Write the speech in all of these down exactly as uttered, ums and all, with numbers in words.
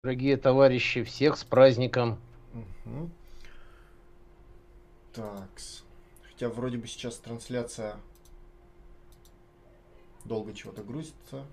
Дорогие товарищи, всех с праздником. Угу. Так. Хотя вроде бы сейчас трансляция долго чего-то грузится.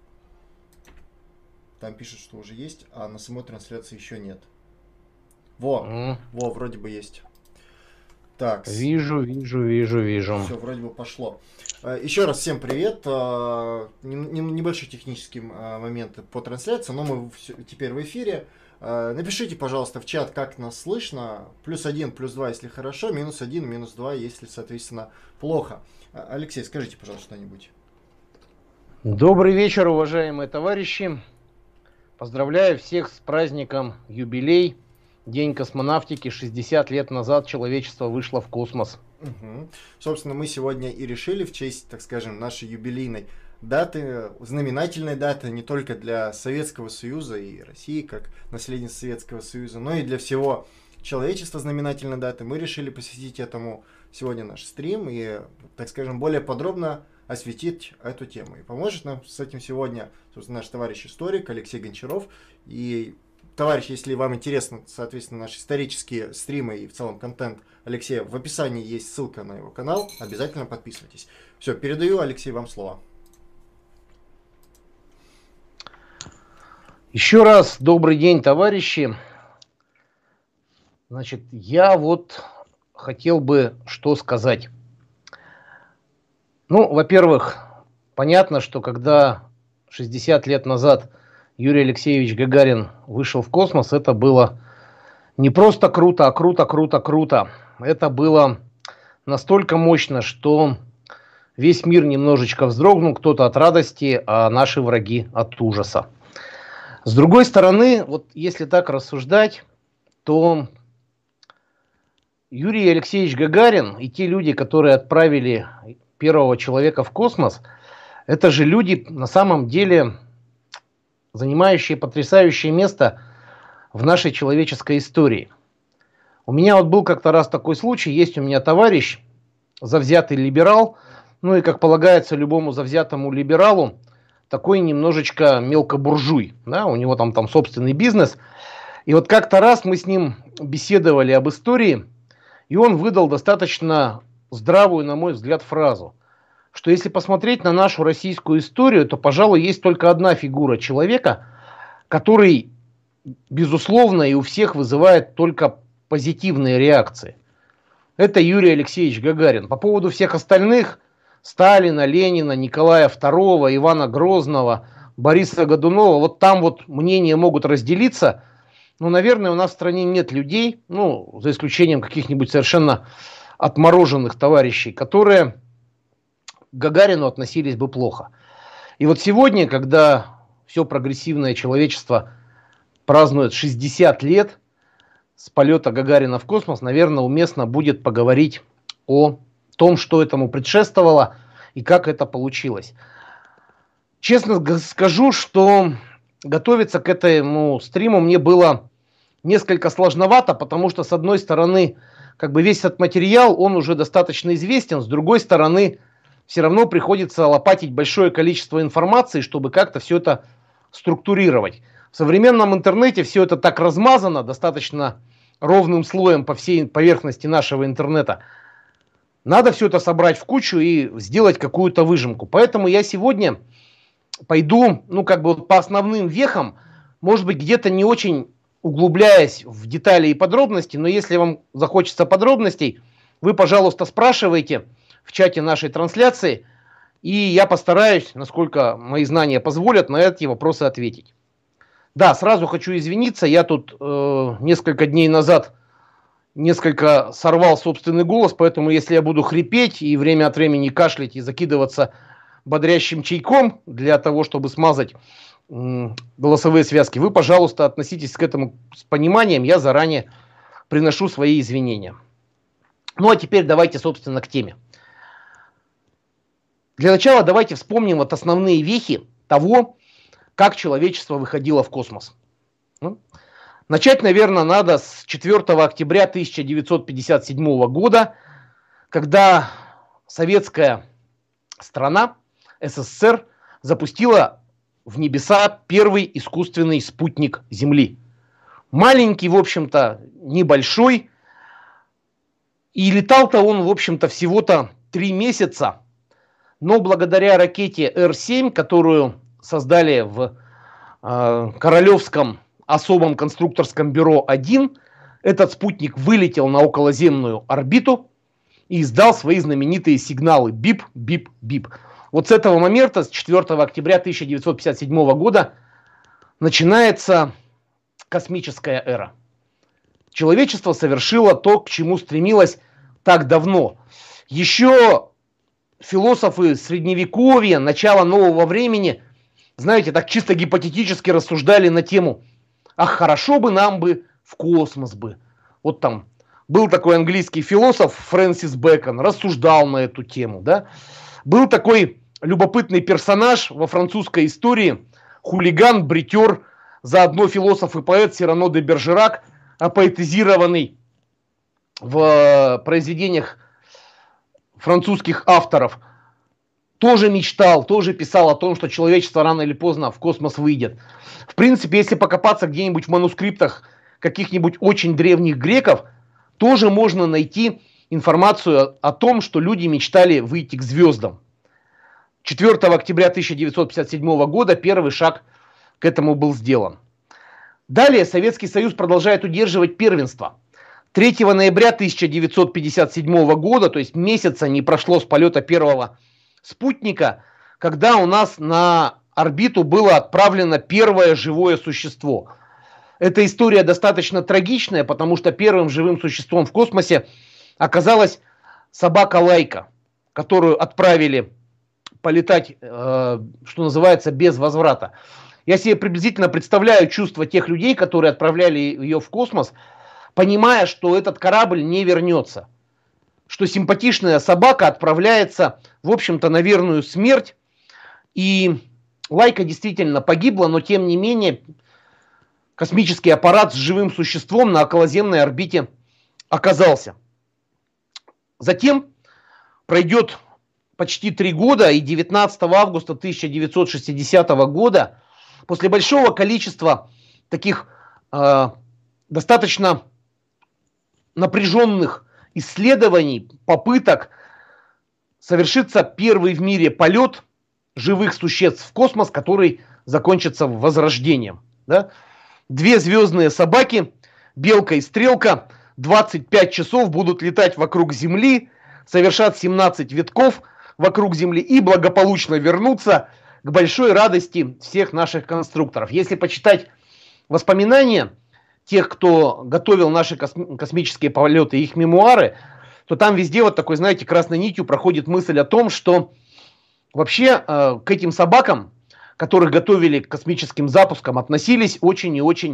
Там пишут, что уже есть, а на самой трансляции еще нет. Во, М, во, вроде бы есть. Так. Вижу, вижу, вижу, вижу. Все, вроде бы пошло. Э, Еще раз всем привет. Э, нем- нем- Небольшие технические э, моменты по трансляции, но мы всё- теперь в эфире. Э, Напишите, пожалуйста, в чат, как нас слышно. Плюс один, плюс два, если хорошо, минус один, минус два, если, соответственно, плохо. Э, Алексей, скажите, пожалуйста, что-нибудь. Добрый вечер, уважаемые товарищи. Поздравляю всех с праздником юбилей. День космонавтики. шестьдесят лет назад человечество вышло в космос. Мгм. Собственно, мы сегодня и решили в честь, так скажем, нашей юбилейной даты, знаменательной даты не только для Советского Союза и России, как наследницы Советского Союза, но и для всего человечества знаменательной даты. Мы решили посвятить этому сегодня наш стрим и, так скажем, более подробно осветить эту тему. И поможет нам с этим сегодня, собственно, наш товарищ-историк Алексей Гончаров. И, товарищ, если вам интересно, соответственно, наши исторические стримы и в целом контент Алексея, в описании есть ссылка на его канал, обязательно подписывайтесь. Все, передаю, Алексей, вам слово. Еще раз добрый день, товарищи. Значит, я вот хотел бы что сказать. Ну, во-первых, понятно, что когда шестьдесят лет назад Юрий Алексеевич Гагарин вышел в космос, это было не просто круто, а круто, круто, круто. Это было настолько мощно, что весь мир немножечко вздрогнул, кто-то от радости, а наши враги от ужаса. С другой стороны, вот если так рассуждать, то Юрий Алексеевич Гагарин и те люди, которые отправили первого человека в космос, это же люди на самом деле занимающие потрясающее место в нашей человеческой истории. У меня вот был как-то раз такой случай, есть у меня товарищ, завзятый либерал, ну и, как полагается любому завзятому либералу, такой немножечко мелкобуржуй, да, у него там, там собственный бизнес. И вот как-то раз мы с ним беседовали об истории, и он выдал достаточно здравую, на мой взгляд, фразу, что если посмотреть на нашу российскую историю, то, пожалуй, есть только одна фигура человека, который, безусловно, и у всех вызывает только позитивные реакции. Это Юрий Алексеевич Гагарин. По поводу всех остальных, Сталина, Ленина, Николая второго, Ивана Грозного, Бориса Годунова, вот там вот мнения могут разделиться. Но, наверное, у нас в стране нет людей, ну, за исключением каких-нибудь совершенно отмороженных товарищей, которые к Гагарину относились бы плохо. И вот сегодня, когда все прогрессивное человечество празднует шестьдесят лет с полета Гагарина в космос, наверное, уместно будет поговорить о том, что этому предшествовало и как это получилось. Честно скажу, что готовиться к этому стриму мне было несколько сложновато, потому что, с одной стороны, как бы весь этот материал, он уже достаточно известен, с другой стороны, все равно приходится лопатить большое количество информации, чтобы как-то все это структурировать. В современном интернете все это так размазано, достаточно ровным слоем по всей поверхности нашего интернета. Надо все это собрать в кучу и сделать какую-то выжимку. Поэтому я сегодня пойду, ну, как бы по основным вехам, может быть, где-то не очень углубляясь в детали и подробности, но если вам захочется подробностей, вы, пожалуйста, спрашивайте в чате нашей трансляции, и я постараюсь, насколько мои знания позволят, на эти вопросы ответить. Да, сразу хочу извиниться, я тут э, несколько дней назад несколько сорвал собственный голос, поэтому если я буду хрипеть и время от времени кашлять и закидываться бодрящим чайком для того, чтобы смазать э, голосовые связки, вы, пожалуйста, относитесь к этому с пониманием, я заранее приношу свои извинения. Ну а теперь давайте, собственно, к теме. Для начала давайте вспомним вот основные вехи того, как человечество выходило в космос. Ну, начать, наверное, надо с четвёртого октября тысяча девятьсот пятьдесят седьмого года, когда советская страна, СССР, запустила в небеса первый искусственный спутник Земли. Маленький, в общем-то, небольшой. И летал-то он, в общем-то, всего-то три месяца. Но благодаря ракете Эр семь, которую создали в э, Королевском особом конструкторском бюро один, этот спутник вылетел на околоземную орбиту и издал свои знаменитые сигналы бип, бип, бип. Вот с этого момента, с четвёртого октября тысяча девятьсот пятьдесят седьмого года, начинается космическая эра. Человечество совершило то, к чему стремилось так давно. Еще философы Средневековья, начала нового времени, знаете, так чисто гипотетически рассуждали на тему: ах, хорошо бы нам бы в космос бы. Вот там был такой английский философ Фрэнсис Бэкон, рассуждал на эту тему, да. Был такой любопытный персонаж во французской истории, хулиган, бритер, заодно философ и поэт Сирано де Бержерак, апоэтизированный в произведениях французских авторов, тоже мечтал, тоже писал о том, что человечество рано или поздно в космос выйдет. В принципе, если покопаться где-нибудь в манускриптах каких-нибудь очень древних греков, тоже можно найти информацию о том, что люди мечтали выйти к звездам. четвёртого октября тысяча девятьсот пятьдесят седьмого года первый шаг к этому был сделан. Далее Советский Союз продолжает удерживать первенство. третьего ноября тысяча девятьсот пятьдесят седьмого года, то есть месяца не прошло с полета первого спутника, когда у нас на орбиту было отправлено первое живое существо. Эта история достаточно трагичная, потому что первым живым существом в космосе оказалась собака Лайка, которую отправили полетать, э, что называется, без возврата. Я себе приблизительно представляю чувства тех людей, которые отправляли ее в космос, понимая, что этот корабль не вернется. Что симпатичная собака отправляется, в общем-то, на верную смерть. И Лайка действительно погибла, но тем не менее космический аппарат с живым существом на околоземной орбите оказался. Затем пройдет почти три года, и девятнадцатого августа тысяча девятьсот шестидесятого года, после большого количества таких э, достаточно напряженных исследований, попыток, совершится первый в мире полет живых существ в космос, который закончится возрождением. Да? Две звездные собаки, Белка и Стрелка, двадцать пять часов будут летать вокруг Земли, совершат семнадцать витков вокруг Земли и благополучно вернутся к большой радости всех наших конструкторов. Если почитать воспоминания тех, кто готовил наши космические полеты, их мемуары, то там везде вот такой, знаете, красной нитью проходит мысль о том, что вообще э, к этим собакам, которых готовили к космическим запускам, относились очень и очень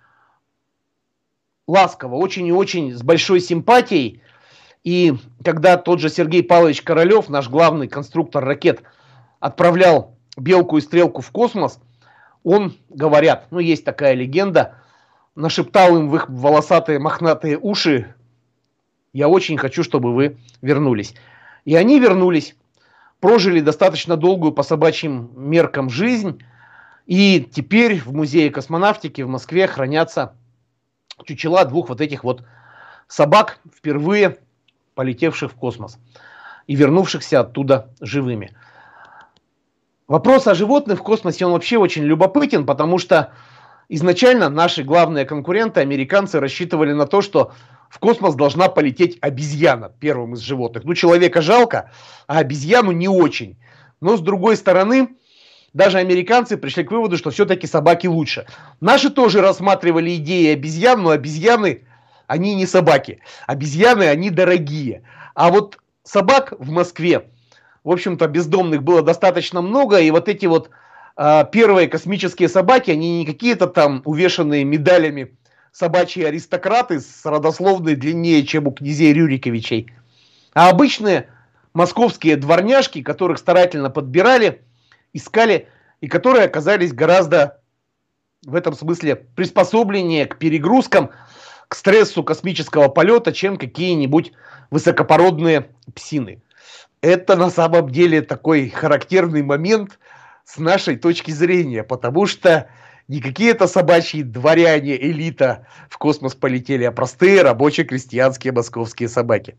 ласково, очень и очень с большой симпатией. И когда тот же Сергей Павлович Королев, наш главный конструктор ракет, отправлял Белку и Стрелку в космос, он, говорят, ну есть такая легенда, нашептал им в их волосатые мохнатые уши: я очень хочу, чтобы вы вернулись. И они вернулись, прожили достаточно долгую по собачьим меркам жизнь, и теперь в музее космонавтики в Москве хранятся чучела двух вот этих вот собак, впервые полетевших в космос и вернувшихся оттуда живыми. Вопрос о животных в космосе, он вообще очень любопытен, потому что изначально наши главные конкуренты, американцы, рассчитывали на то, что в космос должна полететь обезьяна первым из животных. Ну, человека жалко, а обезьяну не очень. Но с другой стороны, даже американцы пришли к выводу, что все-таки собаки лучше. Наши тоже рассматривали идеи обезьян, но обезьяны, они не собаки. Обезьяны, они дорогие. А вот собак в Москве, в общем-то, бездомных было достаточно много, и вот эти вот э, первые космические собаки, они не какие-то там увешанные медалями собачьи аристократы с родословной длиннее, чем у князей Рюриковичей, а обычные московские дворняжки, которых старательно подбирали, искали, и которые оказались гораздо в этом смысле приспособленнее к перегрузкам, к стрессу космического полета, чем какие-нибудь высокопородные псины. Это на самом деле такой характерный момент с нашей точки зрения, потому что не какие-то собачьи дворяне, элита в космос полетели, а простые рабочие крестьянские московские собаки.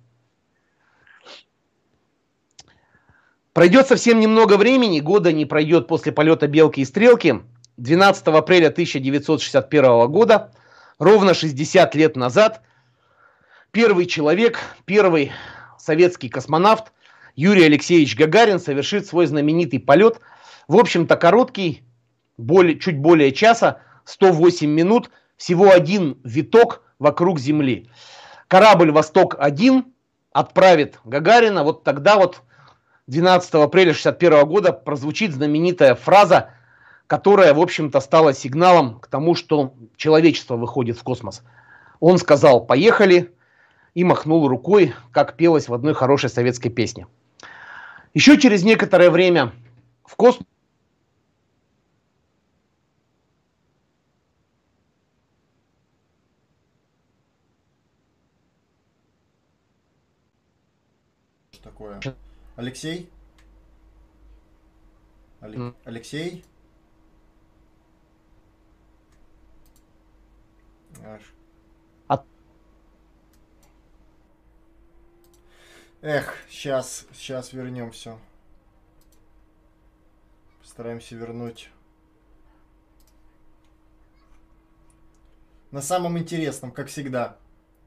Пройдет совсем немного времени, года не пройдет после полета «Белки и стрелки». двенадцатого апреля тысяча девятьсот шестьдесят первого года, ровно шестьдесят лет назад, первый человек, первый советский космонавт Юрий Алексеевич Гагарин совершит свой знаменитый полет. В общем-то короткий, более, чуть более часа, сто восемь минут, всего один виток вокруг Земли. Корабль «Восток один» отправит Гагарина. Вот тогда вот двенадцатого апреля шестьдесят первого года прозвучит знаменитая фраза, которая, в общем-то, стала сигналом к тому, что человечество выходит в космос. Он сказал «поехали» и махнул рукой, как пелось в одной хорошей советской песне. Еще через некоторое время в космос такое. Алексей? Алек... Алексей? Аж. От... Эх, сейчас, сейчас вернем все. Постараемся вернуть. На самом интересном, как всегда.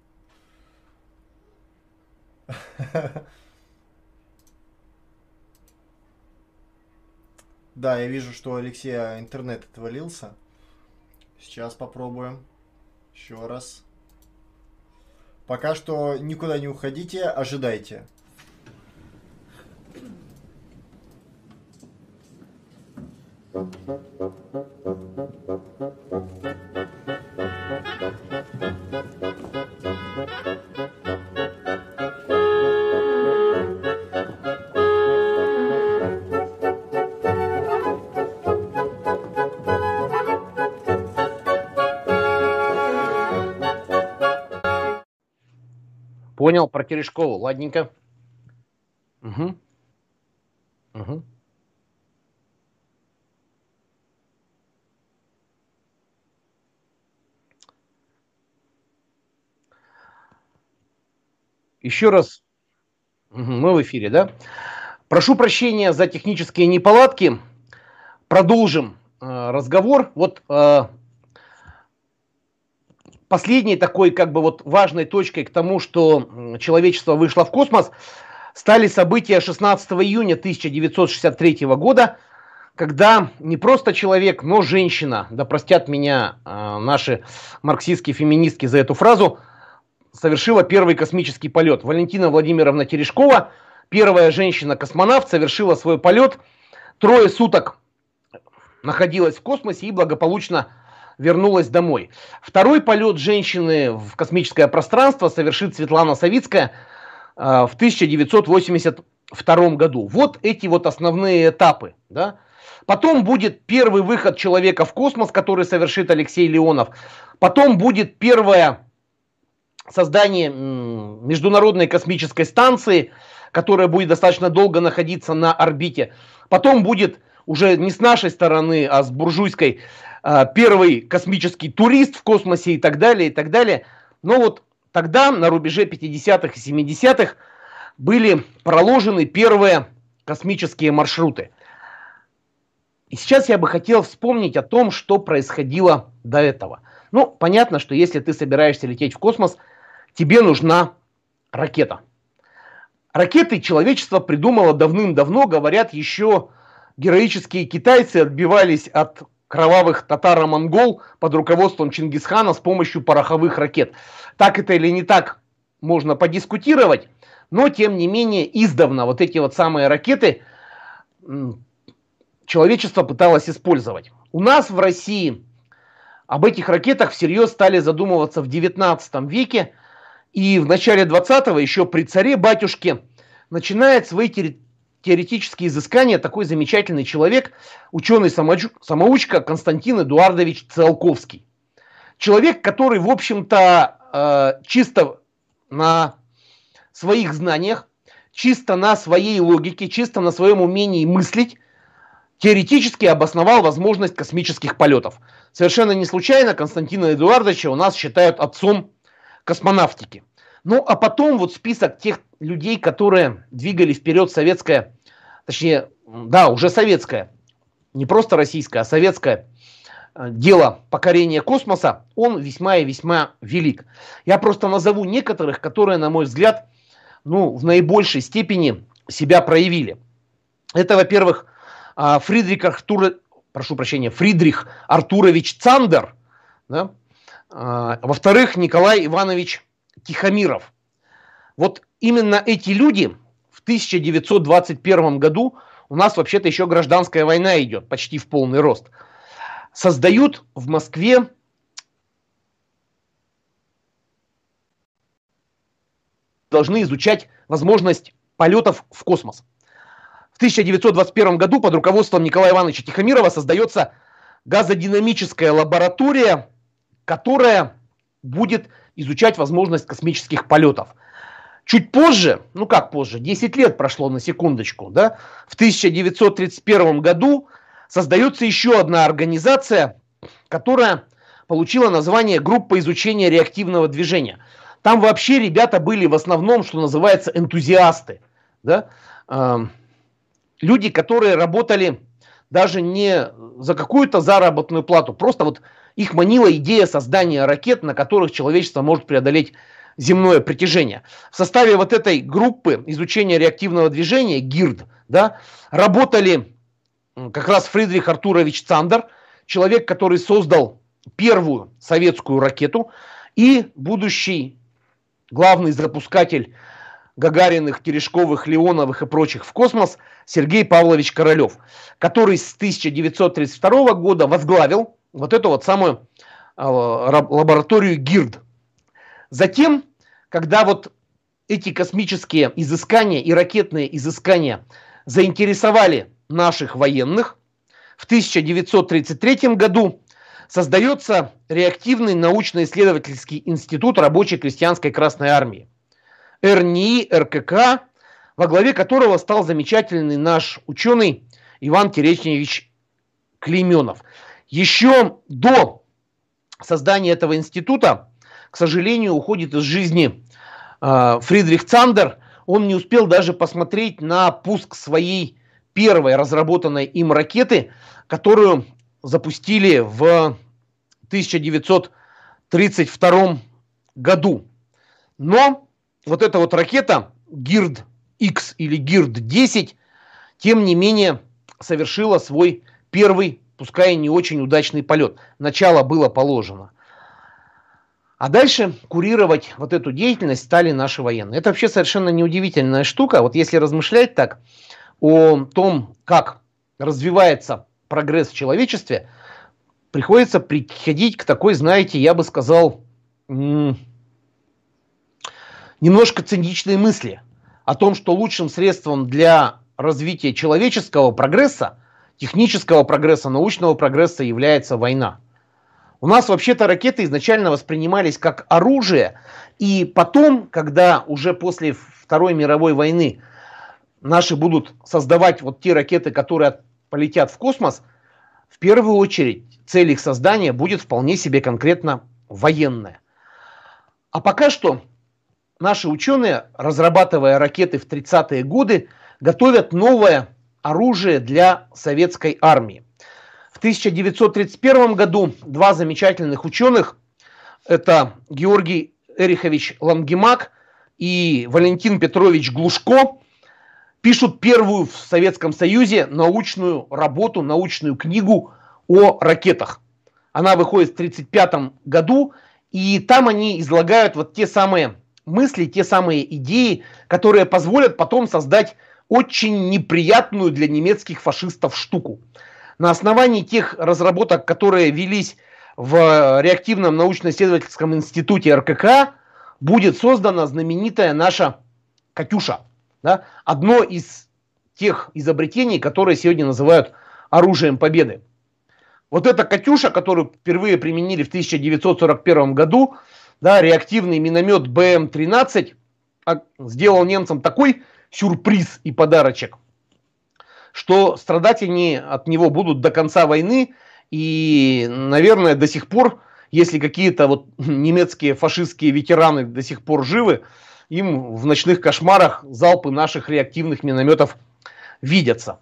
Да, я вижу, что у Алексея интернет отвалился. Сейчас попробуем. Еще раз. Пока что никуда не уходите, ожидайте. Понял, про Терешкову, ладненько. Угу. Угу. Еще раз, угу, мы в эфире, да? Прошу прощения за технические неполадки. Продолжим э, разговор. Вот э, последней такой как бы вот важной точкой к тому, что человечество вышло в космос, стали события шестнадцатого июня тысяча девятьсот шестьдесят третьего года, когда не просто человек, но женщина, да простят меня э, наши марксистские феминистки за эту фразу, совершила первый космический полет. Валентина Владимировна Терешкова, первая женщина-космонавт, совершила свой полет, трое суток находилась в космосе и благополучно вернулась домой. Второй полет женщины в космическое пространство совершит Светлана Савицкая э, в тысяча девятьсот восемьдесят втором году. Вот эти вот основные этапы. Да? Потом будет первый выход человека в космос, который совершит Алексей Леонов. Потом будет первое создание м, Международной космической станции, которая будет достаточно долго находиться на орбите. Потом будет уже не с нашей стороны, а с буржуйской, первый космический турист в космосе и так далее, и так далее. Но вот тогда, на рубеже пятидесятых и семидесятых, были проложены первые космические маршруты. И сейчас я бы хотел вспомнить о том, что происходило до этого. Ну, понятно, что если ты собираешься лететь в космос, тебе нужна ракета. Ракеты человечество придумало давным-давно, говорят, еще героические китайцы отбивались от кровавых татаро-монгол под руководством Чингисхана с помощью пороховых ракет. Так это или не так, можно подискутировать, но тем не менее издавна вот эти вот самые ракеты человечество пыталось использовать. У нас в России об этих ракетах всерьез стали задумываться в девятнадцатом веке, и в начале двадцатого, еще при царе-батюшке, начинает свои территории теоретические изыскания такой замечательный человек, ученый-самоучка Константин Эдуардович Циолковский. Человек, который, в общем-то, чисто на своих знаниях, чисто на своей логике, чисто на своем умении мыслить, теоретически обосновал возможность космических полетов. Совершенно не случайно Константина Эдуардовича у нас считают отцом космонавтики. Ну, а потом вот список тех людей, которые двигали вперед советское, точнее, да, уже советское, не просто российское, а советское дело покорения космоса, он весьма и весьма велик. Я просто назову некоторых, которые, на мой взгляд, ну, в наибольшей степени себя проявили. Это, во-первых, Фридрих Артур, прошу прощения, Фридрих Артурович Цандер, да? Во-вторых, Николай Иванович Тихомиров. Вот именно эти люди в тысяча девятьсот двадцать первом году, у нас вообще-то еще гражданская война идет, почти в полный рост, создают в Москве должны изучать возможность полетов в космос. В тысяча девятьсот двадцать первом году под руководством Николая Ивановича Тихомирова создается газодинамическая лаборатория, которая будет изучать возможность космических полетов. Чуть позже, ну как позже, десять лет прошло на секундочку, да, в тысяча девятьсот тридцать первом году создается еще одна организация, которая получила название «Группа изучения реактивного движения». Там вообще ребята были в основном, что называется, энтузиасты. Да? Люди, которые работали даже не за какую-то заработную плату, просто вот их манила идея создания ракет, на которых человечество может преодолеть земное притяжение. В составе вот этой группы изучения реактивного движения, ГИРД, да, работали как раз Фридрих Артурович Цандер, человек, который создал первую советскую ракету, и будущий главный запускатель Гагариных, Терешковых, Леоновых и прочих в космос Сергей Павлович Королев, который с тысяча девятьсот тридцать второго года возглавил вот эту вот самую э, лабораторию ГИРД. Затем, когда вот эти космические изыскания и ракетные изыскания заинтересовали наших военных, в тысяча девятьсот тридцать третьем году создается реактивный научно-исследовательский институт рабочей крестьянской Красной Армии. эр эн и, эр ка ка, во главе которого стал замечательный наш ученый Иван Терентьевич Клейменов. Еще до создания этого института, к сожалению, уходит из жизни э, Фридрих Цандер. Он не успел даже посмотреть на пуск своей первой разработанной им ракеты, которую запустили в тысяча девятьсот тридцать втором году. Но вот эта вот ракета ГИРД-Х или ГИРД-десять, тем не менее, совершила свой первый, пускай и не очень удачный полет. Начало было положено. А дальше курировать вот эту деятельность стали наши военные. Это вообще совершенно неудивительная штука. Вот если размышлять так о том, как развивается прогресс в человечестве, приходится приходить к такой, знаете, я бы сказал, немножко циничной мысли о том, что лучшим средством для развития человеческого прогресса, технического прогресса, научного прогресса является война. У нас вообще-то ракеты изначально воспринимались как оружие, и потом, когда уже после Второй мировой войны наши будут создавать вот те ракеты, которые полетят в космос, в первую очередь цель их создания будет вполне себе конкретно военная. А пока что наши ученые, разрабатывая ракеты в тридцатые годы, готовят новое оружие для советской армии. В тысяча девятьсот тридцать первом году два замечательных ученых, это Георгий Эрихович Лангемак и Валентин Петрович Глушко, пишут первую в Советском Союзе научную работу, научную книгу о ракетах. Она выходит в тридцать пятом году, и там они излагают вот те самые мысли, те самые идеи, которые позволят потом создать очень неприятную для немецких фашистов штуку. На основании тех разработок, которые велись в реактивном научно-исследовательском институте эр ка ка, будет создана знаменитая наша «Катюша». Да? Одно из тех изобретений, которые сегодня называют оружием победы. Вот эта «Катюша», которую впервые применили в тысяча девятьсот сорок первом году, да, реактивный миномет бэ эм тринадцать, сделал немцам такой сюрприз и подарочек, что страдать они от него будут до конца войны. И, наверное, до сих пор, если какие-то вот немецкие фашистские ветераны до сих пор живы, им в ночных кошмарах залпы наших реактивных минометов видятся.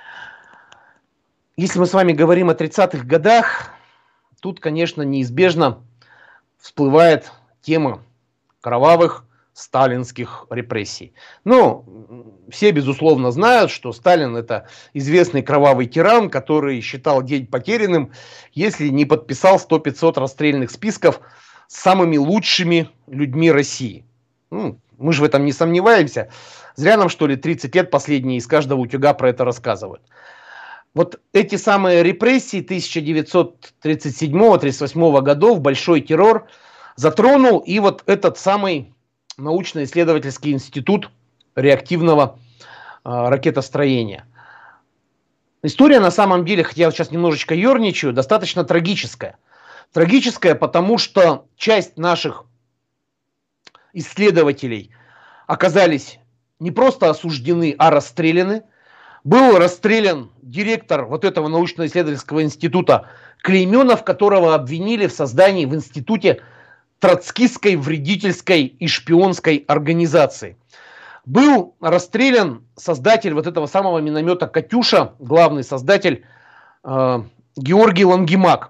Если мы с вами говорим о тридцатых годах, тут, конечно, неизбежно всплывает тема кровавых сталинских репрессий. Ну, все, безусловно, знают, что Сталин — это известный кровавый тиран, который считал день потерянным, если не подписал сто-пятьсот расстрельных списков с самыми лучшими людьми России. Ну, мы же в этом не сомневаемся. Зря нам, что ли, тридцать лет последние из каждого утюга про это рассказывают. Вот эти самые репрессии тысяча девятьсот тридцать седьмого — тридцать восьмого годов, большой террор, затронул и вот этот самый научно-исследовательский институт реактивного э, ракетостроения. История на самом деле, хотя я сейчас немножечко ерничаю, достаточно трагическая. Трагическая, потому что часть наших исследователей оказались не просто осуждены, а расстреляны. Был расстрелян директор вот этого научно-исследовательского института Клейменов, которого обвинили в создании в институте троцкистской, вредительской и шпионской организации. Был расстрелян создатель вот этого самого миномета «Катюша», главный создатель э, Георгий Лангемак.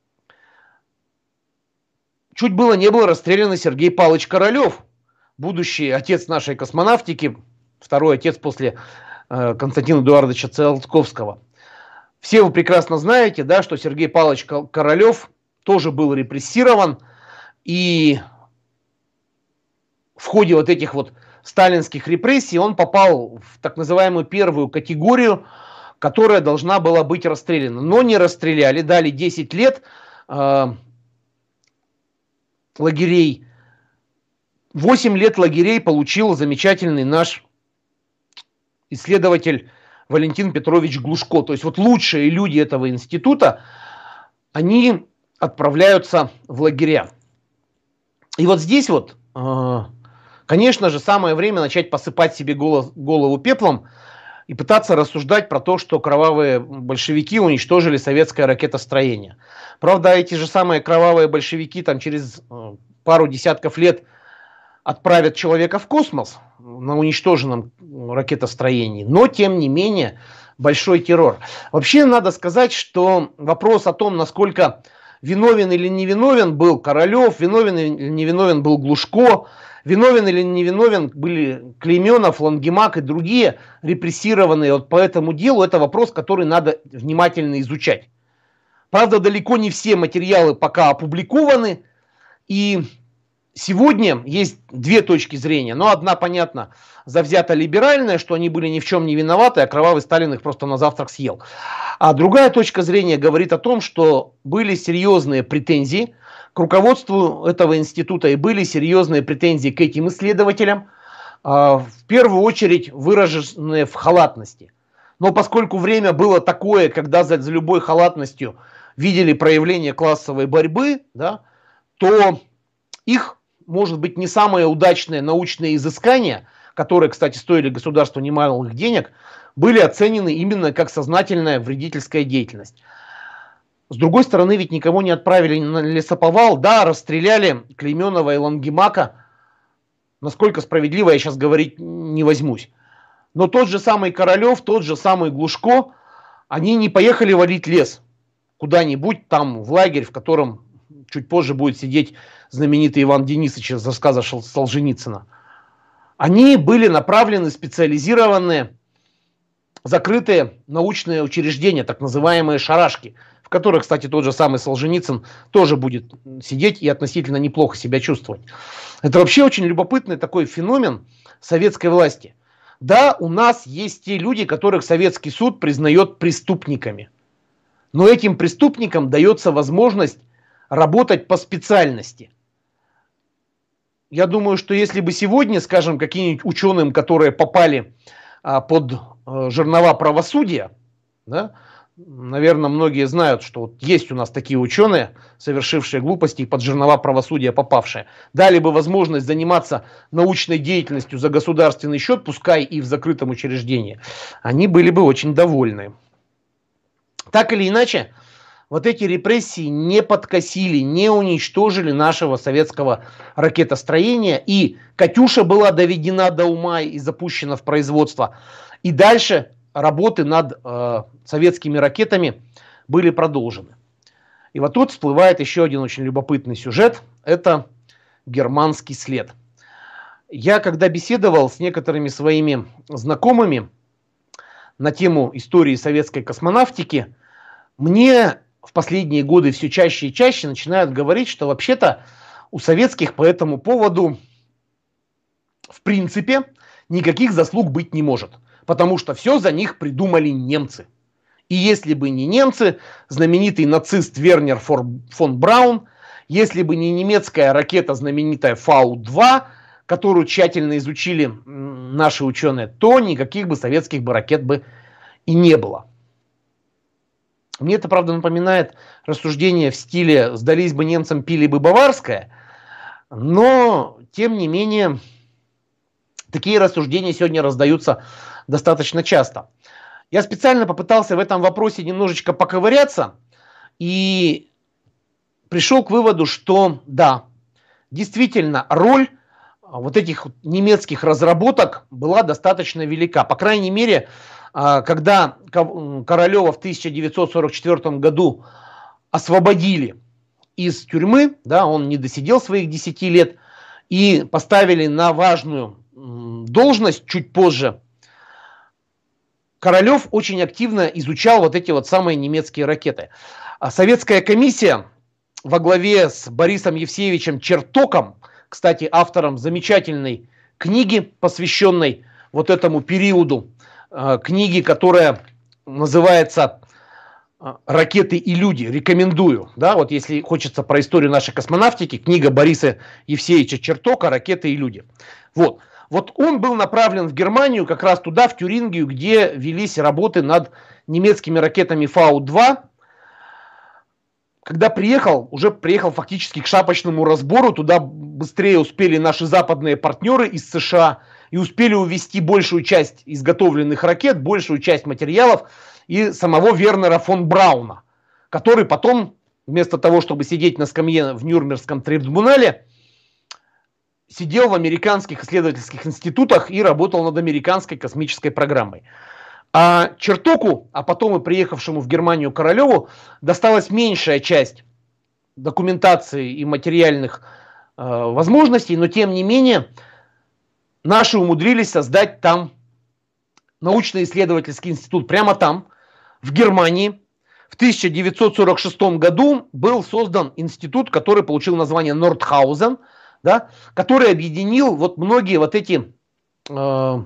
Чуть было не был расстрелян Сергей Павлович Королев, будущий отец нашей космонавтики, второй отец после э, Константина Эдуардовича Циолковского. Все вы прекрасно знаете, да, что Сергей Павлович Королев тоже был репрессирован. И в ходе вот этих вот сталинских репрессий он попал в так называемую первую категорию, которая должна была быть расстреляна. Но не расстреляли, дали десять лет э, лагерей. восемь лет лагерей получил замечательный наш исследователь Валентин Петрович Глушко. То есть вот лучшие люди этого института, они отправляются в лагеря. И вот здесь вот, конечно же, самое время начать посыпать себе голову пеплом и пытаться рассуждать про то, что кровавые большевики уничтожили советское ракетостроение. Правда, эти же самые кровавые большевики там через пару десятков лет отправят человека в космос на уничтоженном ракетостроении. Но, тем не менее, большой террор. Вообще, надо сказать, что вопрос о том, насколько виновен или невиновен был Королев, виновен или невиновен был Глушко, виновен или невиновен были Клейменов, Лангемак и другие репрессированные вот по этому делу, это вопрос, который надо внимательно изучать. Правда, далеко не все материалы пока опубликованы, и сегодня есть две точки зрения, но одна, понятно, завзято либеральная, что они были ни в чем не виноваты, а кровавый Сталин их просто на завтрак съел. А другая точка зрения говорит о том, что были серьезные претензии к руководству этого института и были серьезные претензии к этим исследователям, в первую очередь выраженные в халатности. Но поскольку время было такое, когда за, за любой халатностью видели проявление классовой борьбы, да, то их, может быть, не самые удачные научные изыскания, которые, кстати, стоили государству немалых денег, были оценены именно как сознательная вредительская деятельность. С другой стороны, ведь никого не отправили на лесоповал, да, расстреляли Клейменова и Лангемака. Насколько справедливо, я сейчас говорить не возьмусь. Но тот же самый Королев, тот же самый Глушко, они не поехали валить лес куда-нибудь там в лагерь, в котором чуть позже будет сидеть знаменитый Иван Денисович из рассказа Солженицына. Они были направлены в специализированные закрытые научные учреждения, так называемые шарашки, в которых, кстати, тот же самый Солженицын тоже будет сидеть и относительно неплохо себя чувствовать. Это вообще очень любопытный такой феномен советской власти. Да, у нас есть те люди, которых советский суд признает преступниками. Но этим преступникам дается возможность работать по специальности. Я думаю, что если бы сегодня, скажем, каким-нибудь ученым, которые попали а, под а, жернова правосудия, да, наверное, многие знают, что вот есть у нас такие ученые, совершившие глупости и под жернова правосудия попавшие. Дали бы возможность заниматься научной деятельностью за государственный счет, пускай и в закрытом учреждении, они были бы очень довольны. Так или иначе, вот эти репрессии не подкосили, не уничтожили нашего советского ракетостроения, и «Катюша» была доведена до ума и запущена в производство. И дальше работы над э, советскими ракетами были продолжены. И вот тут всплывает еще один очень любопытный сюжет. Это германский след. Я когда беседовал с некоторыми своими знакомыми на тему истории советской космонавтики, мне в последние годы все чаще и чаще начинают говорить, что вообще-то у советских по этому поводу в принципе никаких заслуг быть не может. Потому что все за них придумали немцы. И если бы не немцы, знаменитый нацист Вернер фон Браун, если бы не немецкая ракета знаменитая Фау два, которую тщательно изучили наши ученые, то никаких бы советских бы ракет бы и не было. Мне это, правда, напоминает рассуждение в стиле «сдались бы немцам, пили бы баварское», но, тем не менее, такие рассуждения сегодня раздаются достаточно часто. Я специально попытался в этом вопросе немножечко поковыряться и пришел к выводу, что да, действительно, роль вот этих немецких разработок была достаточно велика. По крайней мере, когда Королева в тысяча девятьсот сорок четвёртом году освободили из тюрьмы, да, он не досидел своих десяти лет, и поставили на важную должность чуть позже, Королев очень активно изучал вот эти вот самые немецкие ракеты. А советская комиссия во главе с Борисом Евсеевичем Чертоком, кстати, автором замечательной книги, посвященной вот этому периоду, книги, которая называется «Ракеты и люди». Рекомендую. Да, вот если хочется про историю нашей космонавтики, книга Бориса Евсеевича Чертока «Ракеты и люди». Вот. Вот он был направлен в Германию, как раз туда, в Тюрингию, где велись работы над немецкими ракетами Фау два. Когда приехал, уже приехал фактически к шапочному разбору, туда быстрее успели наши западные партнеры из США и успели увезти большую часть изготовленных ракет, большую часть материалов и самого Вернера фон Брауна, который потом, вместо того, чтобы сидеть на скамье в Нюрнбергском трибунале, сидел в американских исследовательских институтах и работал над американской космической программой. А Чертоку, а потом и приехавшему в Германию Королеву, досталась меньшая часть документации и материальных э, возможностей, но тем не менее наши умудрились создать там научно-исследовательский институт. Прямо там, в Германии, в тысяча девятьсот сорок шестом году был создан институт, который получил название Нордхаузен, да, который объединил вот многие вот эти э,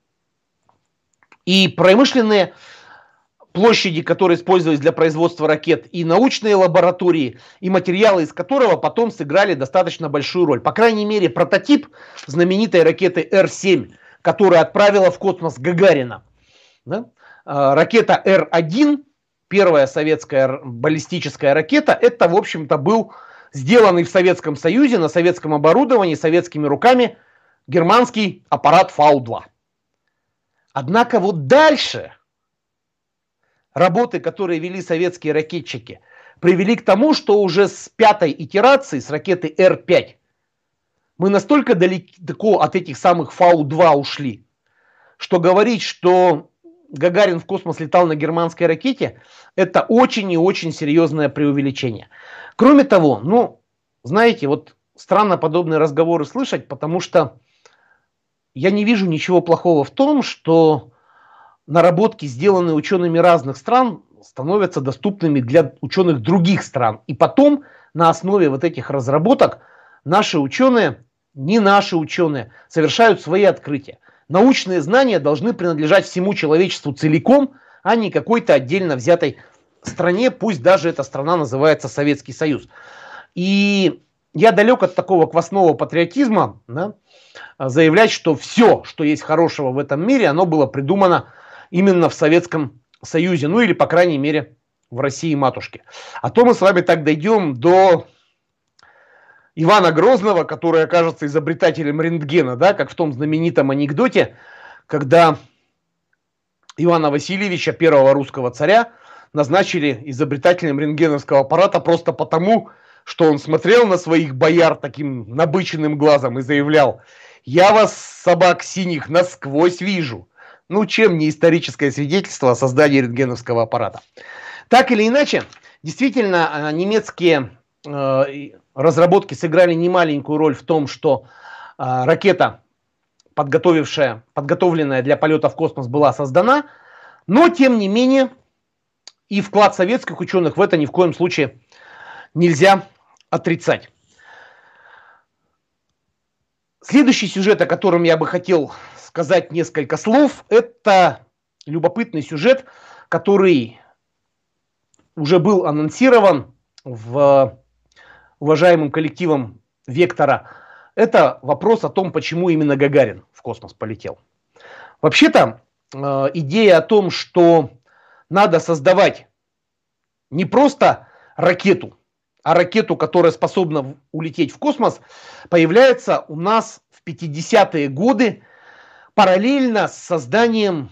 и промышленные площади, которые использовались для производства ракет, и научные лаборатории, и материалы из которого потом сыграли достаточно большую роль. По крайней мере, прототип знаменитой ракеты Р семь, которая отправила в космос Гагарина. Да? Э, ракета Р один, первая советская баллистическая ракета, это, в общем-то, был сделанный в Советском Союзе на советском оборудовании советскими руками германский аппарат Фау два. Однако вот дальше работы, которые вели советские ракетчики, привели к тому, что уже с пятой итерации, с ракеты Р пять, мы настолько далеко от этих самых Фау два ушли, что говорить, что Гагарин в космос летал на германской ракете, это очень и очень серьезное преувеличение. Кроме того, ну, знаете, вот странно подобные разговоры слышать, потому что я не вижу ничего плохого в том, что наработки, сделанные учеными разных стран, становятся доступными для ученых других стран. И потом на основе вот этих разработок наши ученые, не наши ученые, совершают свои открытия. Научные знания должны принадлежать всему человечеству целиком, а не какой-то отдельно взятой стране, пусть даже эта страна называется Советский Союз. И я далек от такого квасного патриотизма, да, заявлять, что все, что есть хорошего в этом мире, оно было придумано именно в Советском Союзе, ну или, по крайней мере, в России матушке. А то мы с вами так дойдем до Ивана Грозного, который окажется изобретателем рентгена, да, как в том знаменитом анекдоте, когда Ивана Васильевича, первого русского царя, назначили изобретателем рентгеновского аппарата просто потому, что он смотрел на своих бояр таким набыченным глазом и заявлял: «Я вас, собак синих, насквозь вижу». Ну, чем не историческое свидетельство о создании рентгеновского аппарата. Так или иначе, действительно, немецкие э, разработки сыграли немаленькую роль в том, что э, ракета, подготовившая, подготовленная для полета в космос, была создана, но, тем не менее, и вклад советских ученых в это ни в коем случае нельзя отрицать. Следующий сюжет, о котором я бы хотел сказать несколько слов, это любопытный сюжет, который уже был анонсирован в уважаемым коллективом «Вектора». Это вопрос о том, почему именно Гагарин в космос полетел. Вообще-то, э, идея о том, что надо создавать не просто ракету, а ракету, которая способна улететь в космос, появляется у нас в пятидесятые годы параллельно с созданием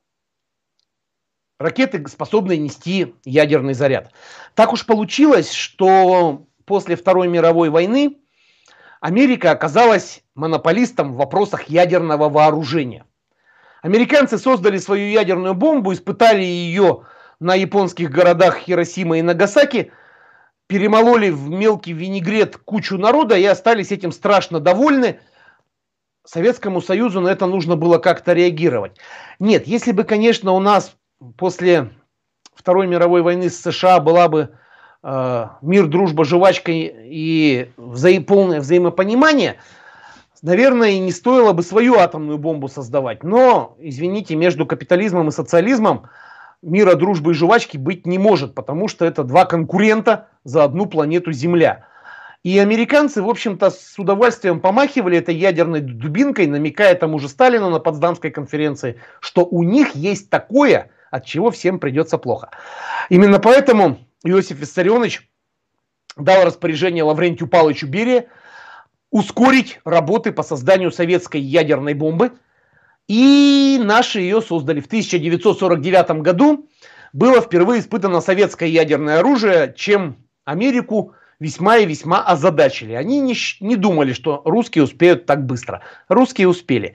ракеты, способной нести ядерный заряд. Так уж получилось, что после Второй мировой войны Америка оказалась монополистом в вопросах ядерного вооружения. Американцы создали свою ядерную бомбу, испытали ее на японских городах Хиросима и Нагасаки, перемололи в мелкий винегрет кучу народа и остались этим страшно довольны. Советскому Союзу на это нужно было как-то реагировать. Нет, если бы, конечно, у нас после Второй мировой войны с США была бы э, мир, дружба, жвачка и вза- полное взаимопонимание, наверное, и не стоило бы свою атомную бомбу создавать. Но, извините, между капитализмом и социализмом мира, дружбы и жвачки быть не может, потому что это два конкурента за одну планету Земля. И американцы, в общем-то, с удовольствием помахивали этой ядерной дубинкой, намекая тому же Сталину на Потсдамской конференции, что у них есть такое, от чего всем придется плохо. Именно поэтому Иосиф Виссарионович дал распоряжение Лаврентию Павловичу Берии ускорить работы по созданию советской ядерной бомбы. И наши ее создали. В тысяча девятьсот сорок девятом году было впервые испытано советское ядерное оружие, чем Америку весьма и весьма озадачили. Они не, не думали, что русские успеют так быстро. Русские успели.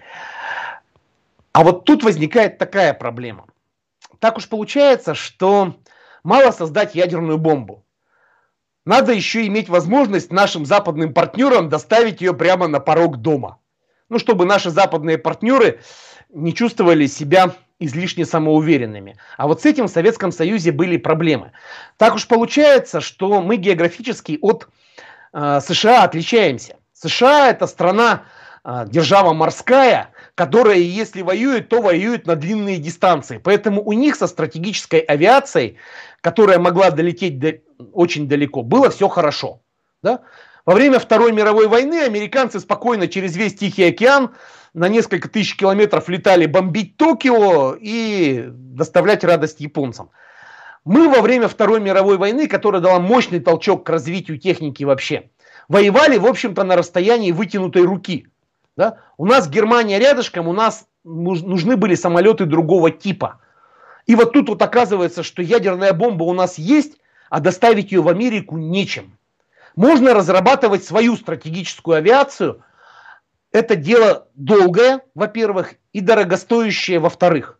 А вот тут возникает такая проблема. Так уж получается, что мало создать ядерную бомбу. Надо еще иметь возможность нашим западным партнерам доставить ее прямо на порог дома. Ну, чтобы наши западные партнеры не чувствовали себя излишне самоуверенными. А вот с этим в Советском Союзе были проблемы. Так уж получается, что мы географически от э, США отличаемся. США — это страна, э, держава морская, которая, если воюет, то воюет на длинные дистанции. Поэтому у них со стратегической авиацией, которая могла долететь до, очень далеко, было все хорошо. Да? Во время Второй мировой войны американцы спокойно через весь Тихий океан на несколько тысяч километров летали бомбить Токио и доставлять радость японцам. Мы во время Второй мировой войны, которая дала мощный толчок к развитию техники вообще, воевали, в общем-то, на расстоянии вытянутой руки. Да? У нас Германия рядышком, у нас нужны были самолеты другого типа. И вот тут вот оказывается, что ядерная бомба у нас есть, а доставить ее в Америку нечем. Можно разрабатывать свою стратегическую авиацию. Это дело долгое, во-первых, и дорогостоящее, во-вторых.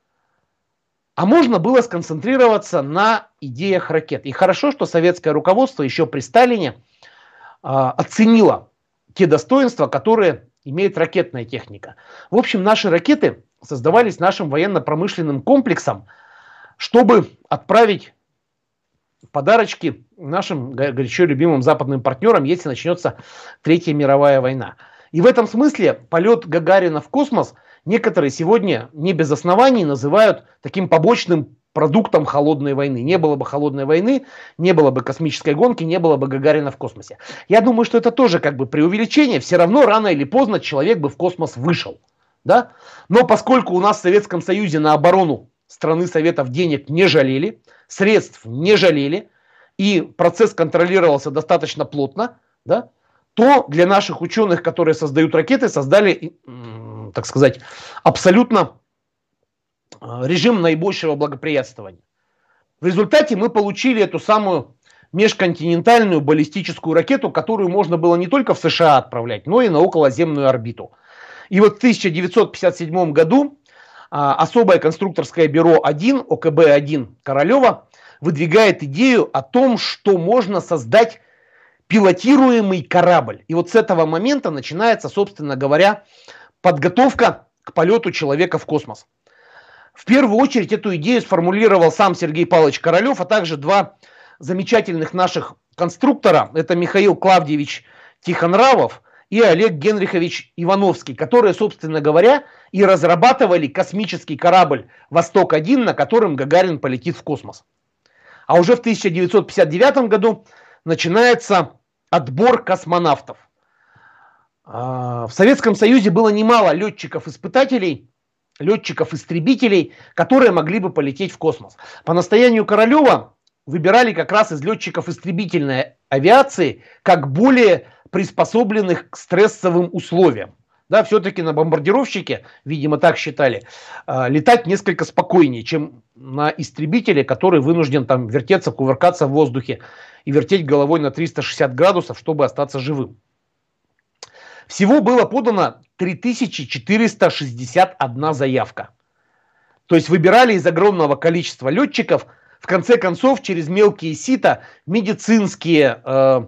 А можно было сконцентрироваться на идеях ракет. И хорошо, что советское руководство еще при Сталине э, оценило те достоинства, которые имеет ракетная техника. В общем, наши ракеты создавались нашим военно-промышленным комплексом, чтобы отправить подарочки нашим горячо любимым западным партнерам, если начнется Третья мировая война. И в этом смысле полет Гагарина в космос некоторые сегодня не без оснований называют таким побочным продуктом холодной войны. Не было бы холодной войны, не было бы космической гонки, не было бы Гагарина в космосе. Я думаю, что это тоже как бы преувеличение. Все равно рано или поздно человек бы в космос вышел. Да? Но поскольку у нас в Советском Союзе на оборону страны Советов денег не жалели, средств не жалели, и процесс контролировался достаточно плотно, да, то для наших ученых, которые создают ракеты, создали, так сказать, абсолютно режим наибольшего благоприятствования. В результате мы получили эту самую межконтинентальную баллистическую ракету, которую можно было не только в США отправлять, но и на околоземную орбиту. И вот в тысяча девятьсот пятьдесят седьмом году а, особое конструкторское бюро один, О К Б один Королева, выдвигает идею о том, что можно создать пилотируемый корабль. И вот с этого момента начинается, собственно говоря, подготовка к полету человека в космос. В первую очередь эту идею сформулировал сам Сергей Павлович Королев, а также два замечательных наших конструктора. Это Михаил Клавдиевич Тихонравов и Олег Генрихович Ивановский, которые, собственно говоря, и разрабатывали космический корабль «Восток один», на котором Гагарин полетит в космос. А уже в тысяча девятьсот пятьдесят девятом году начинается отбор космонавтов. В Советском Союзе было немало летчиков-испытателей, летчиков-истребителей, которые могли бы полететь в космос. По настоянию Королева выбирали как раз из летчиков истребительной авиации как более приспособленных к стрессовым условиям. Да, все-таки на бомбардировщике, видимо, так считали, летать несколько спокойнее, чем на истребителе, который вынужден там вертеться, кувыркаться в воздухе и вертеть головой на триста шестьдесят градусов, чтобы остаться живым. Всего было подано три тысячи четыреста шестьдесят одна заявка. То есть выбирали из огромного количества летчиков. В конце концов, через мелкие сита, медицинские, э,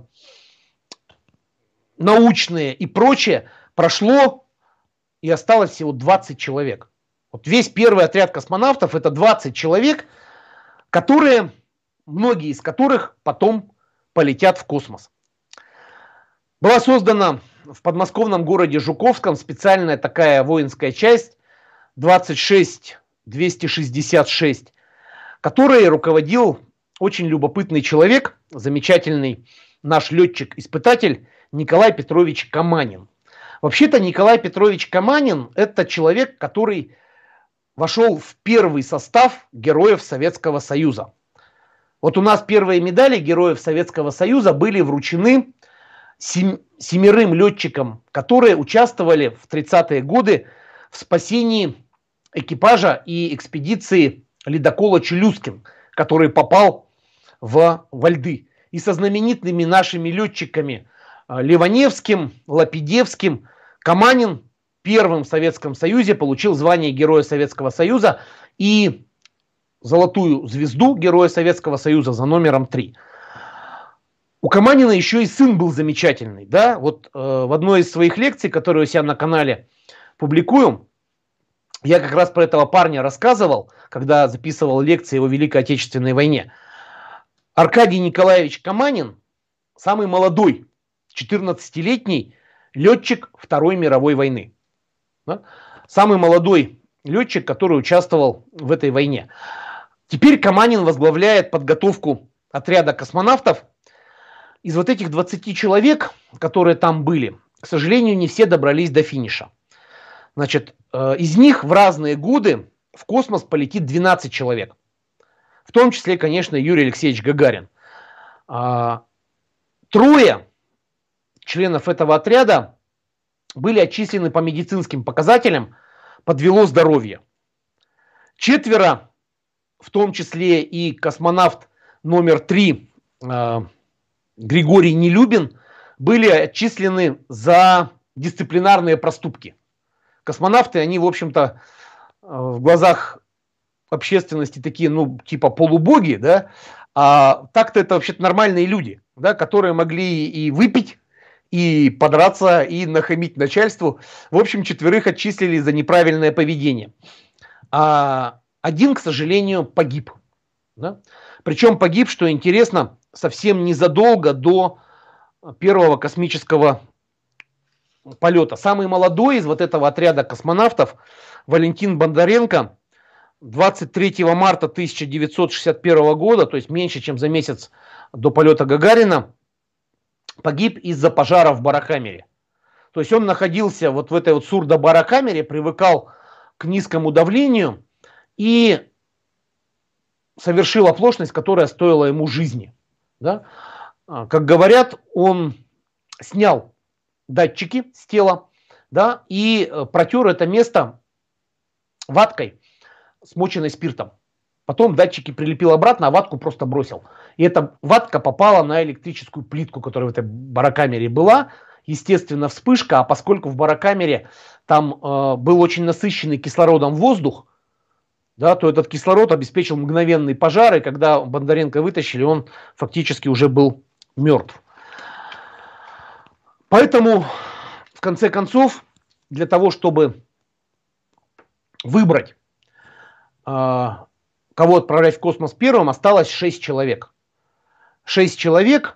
научные и прочее, прошло и осталось всего двадцать человек. Вот весь первый отряд космонавтов — это двадцать человек, которые, многие из которых потом полетят в космос. Была создана в подмосковном городе Жуковском специальная такая воинская часть двадцать шесть двести шестьдесят шесть, которой руководил очень любопытный человек, замечательный наш летчик-испытатель Николай Петрович Каманин. Вообще-то Николай Петрович Каманин – это человек, который вошел в первый состав героев Советского Союза. Вот у нас первые медали героев Советского Союза были вручены сем- семерым летчикам, которые участвовали в тридцатые годы в спасении экипажа и экспедиции ледокола «Челюскин», который попал в, во льды. И со знаменитыми нашими летчиками Ливаневским, Лапидевским Каманин первым в Советском Союзе получил звание Героя Советского Союза и золотую звезду Героя Советского Союза за номером три. У Каманина еще и сын был замечательный. Да? Вот э, в одной из своих лекций, которую я у себя на канале публикую, я как раз про этого парня рассказывал, когда записывал лекции о Великой Отечественной войне. Аркадий Николаевич Каманин, самый молодой, четырнадцатилетний летчик Второй мировой войны. Да? Самый молодой летчик, который участвовал в этой войне. Теперь Каманин возглавляет подготовку отряда космонавтов. Из вот этих двадцати человек, которые там были, к сожалению, не все добрались до финиша. Значит, из них в разные годы в космос полетит двенадцать человек. В том числе, конечно, Юрий Алексеевич Гагарин. Трое членов этого отряда были отчислены по медицинским показателям, подвело здоровье. Четверо, в том числе и космонавт номер три Григорий Нелюбин, были отчислены за дисциплинарные проступки. Космонавты, они, в общем-то, в глазах общественности такие, ну, типа полубоги, да, а так-то это вообще-то нормальные люди, да, которые могли и выпить, и подраться, и нахамить начальству. В общем, четверых отчислили за неправильное поведение. А один, к сожалению, погиб. Да? Причем погиб, что интересно, совсем незадолго до первого космического полета. Самый молодой из вот этого отряда космонавтов, Валентин Бондаренко, двадцать третьего марта тысяча девятьсот шестьдесят первого года, то есть меньше, чем за месяц до полета Гагарина, погиб из-за пожара в барокамере. То есть он находился вот в этой вот сурдо-барокамере, привыкал к низкому давлению и совершил оплошность, которая стоила ему жизни. Да? Как говорят, он снял датчики с тела, да, и протер это место ваткой, смоченной спиртом. Потом датчики прилепил обратно, а ватку просто бросил. И эта ватка попала на электрическую плитку, которая в этой барокамере была. Естественно, вспышка, а поскольку в барокамере там э, был очень насыщенный кислородом воздух, да, то этот кислород обеспечил мгновенный пожар, и когда Бондаренко вытащили, он фактически уже был мертв. Поэтому, в конце концов, для того, чтобы выбрать, э, кого отправлять в космос первым, осталось шесть человек. Шесть человек,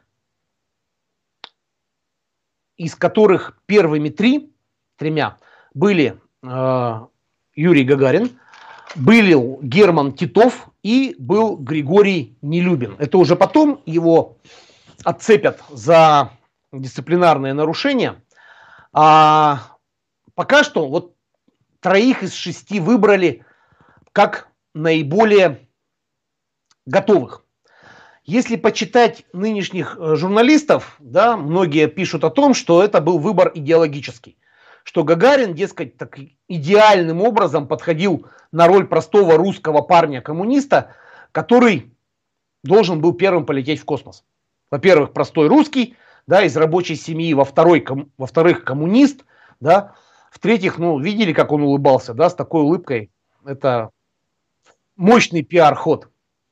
из которых первыми три, тремя были э, Юрий Гагарин, был Герман Титов и был Григорий Нелюбин. Это уже потом его отцепят за дисциплинарные нарушения. А пока что вот троих из шести выбрали как наиболее готовых. Если почитать нынешних журналистов, да, многие пишут о том, что это был выбор идеологический. Что Гагарин, дескать, так идеальным образом подходил на роль простого русского парня-коммуниста, который должен был первым полететь в космос. Во-первых, простой русский, да, из рабочей семьи, во-вторых, ком, во-вторых, коммунист, да, в-третьих, ну, видели, как он улыбался, да, с такой улыбкой. Это мощный пиар-ход.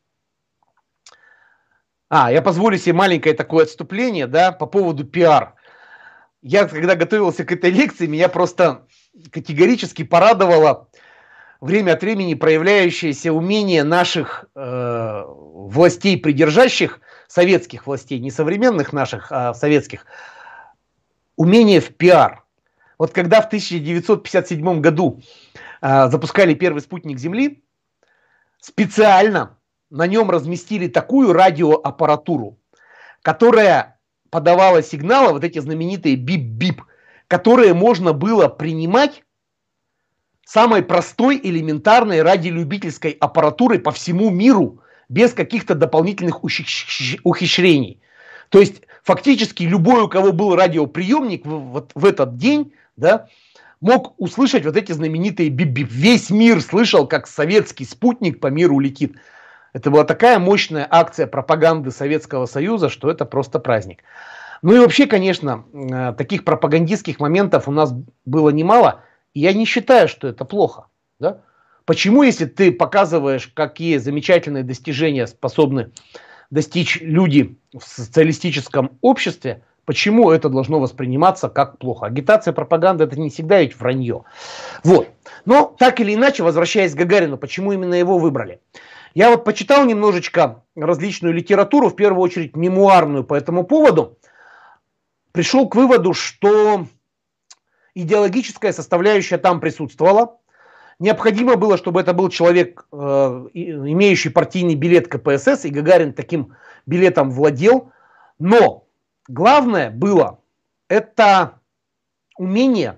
А, я позволю себе маленькое такое отступление, да, по поводу пиар. Я, когда готовился к этой лекции, меня просто категорически порадовало время от времени проявляющееся умение наших э, властей придержащих, советских властей, не современных наших, а советских, умение в пиар. Вот когда в тысяча девятьсот пятьдесят седьмом году э, запускали первый спутник Земли, специально на нем разместили такую радиоаппаратуру, которая подавала сигналы, вот эти знаменитые бип-бип, которые можно было принимать самой простой элементарной радиолюбительской аппаратурой по всему миру, без каких-то дополнительных ухищрений. То есть фактически любой, у кого был радиоприемник вот в этот день, да, мог услышать вот эти знаменитые бип-бип. Весь мир слышал, как советский спутник по миру летит. Это была такая мощная акция пропаганды Советского Союза, что это просто праздник. Ну и вообще, конечно, таких пропагандистских моментов у нас было немало. И я не считаю, что это плохо. Да? Почему, если ты показываешь, какие замечательные достижения способны достичь люди в социалистическом обществе, почему это должно восприниматься как плохо? Агитация, пропаганда — это не всегда ведь вранье. Вот. Но так или иначе, возвращаясь к Гагарину, почему именно его выбрали? Я вот почитал немножечко различную литературу, в первую очередь мемуарную по этому поводу. Пришел к выводу, что идеологическая составляющая там присутствовала. Необходимо было, чтобы это был человек, э, имеющий партийный билет ка пэ эс эс, и Гагарин таким билетом владел. Но главное было это умение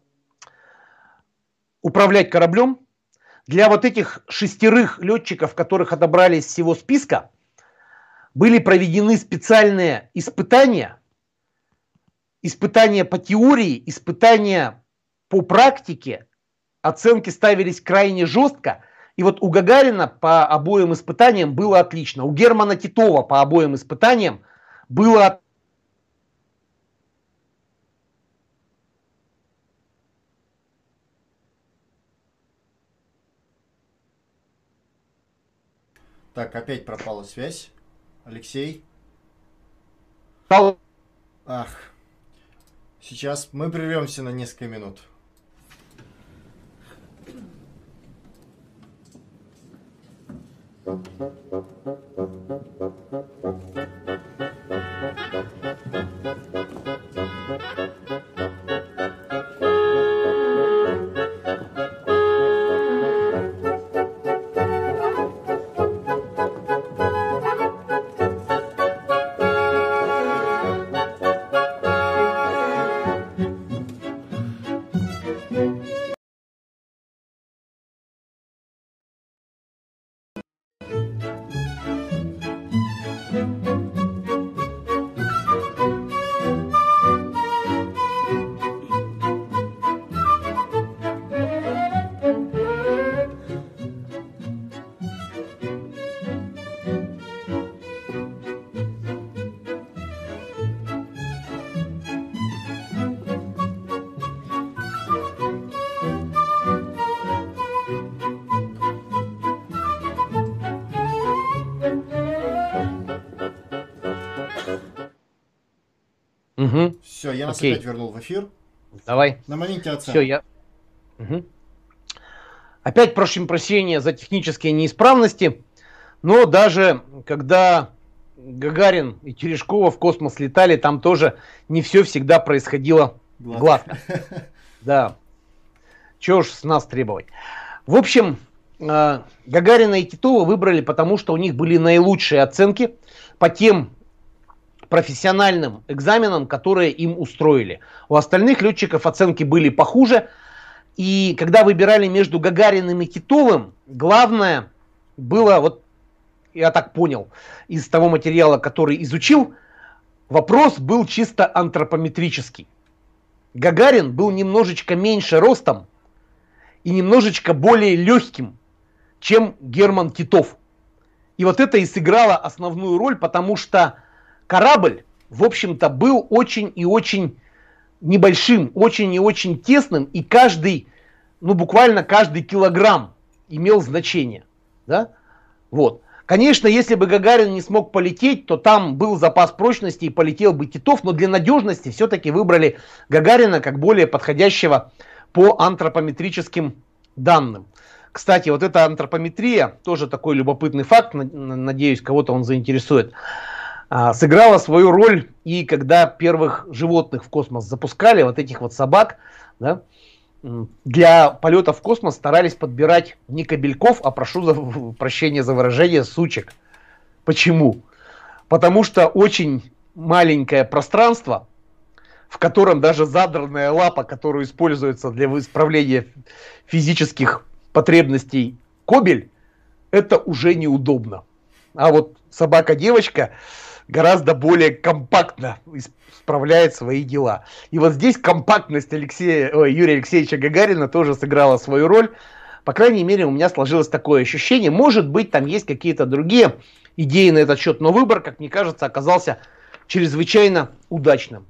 управлять кораблем. Для вот этих шестерых летчиков, которых отобрали из всего списка, были проведены специальные испытания, испытания по теории, испытания по практике, оценки ставились крайне жестко. И вот у Гагарина по обоим испытаниям было отлично. У Германа Титова по обоим испытаниям было отлично. Так, опять пропала связь. Алексей? Ах. Сейчас мы прервемся на несколько минут. Угу. Все, я нас Окей. опять вернул в эфир. Давай. На моменте оценки. Все, я... Угу. Опять просим прощения за технические неисправности, но даже когда Гагарин и Терешкова в космос летали, там тоже не все всегда происходило гладко. Да. Чего уж с нас требовать. В общем, Гагарина и Титова выбрали, потому что у них были наилучшие оценки по тем профессиональным экзаменам, которые им устроили. У остальных летчиков оценки были похуже. И когда выбирали между Гагариным и Титовым, главное было, вот я так понял, из того материала, который изучил, вопрос был чисто антропометрический. Гагарин был немножечко меньше ростом и немножечко более легким, чем Герман Титов. И вот это и сыграло основную роль, потому что корабль, в общем-то, был очень и очень небольшим, очень и очень тесным, и каждый, ну буквально каждый килограмм имел значение. Да? Вот. Конечно, если бы Гагарин не смог полететь, то там был запас прочности и полетел бы Титов, но для надежности все-таки выбрали Гагарина как более подходящего по антропометрическим данным. Кстати, вот эта антропометрия, тоже такой любопытный факт, надеюсь, кого-то он заинтересует, сыграла свою роль и когда первых животных в космос запускали, вот этих вот собак, да, для полета в космос старались подбирать не кобельков, а, прошу за, прощения за выражение, сучек. Почему? Потому что очень маленькое пространство, в котором даже задранная лапа, которая используется для исправления физических потребностей кобель, это уже неудобно. А вот собака-девочка гораздо более компактно справляет свои дела. И вот здесь компактность Алексея, ой, Юрия Алексеевича Гагарина тоже сыграла свою роль. По крайней мере, у меня сложилось такое ощущение. Может быть, там есть какие-то другие идеи на этот счет, но выбор, как мне кажется, оказался чрезвычайно удачным.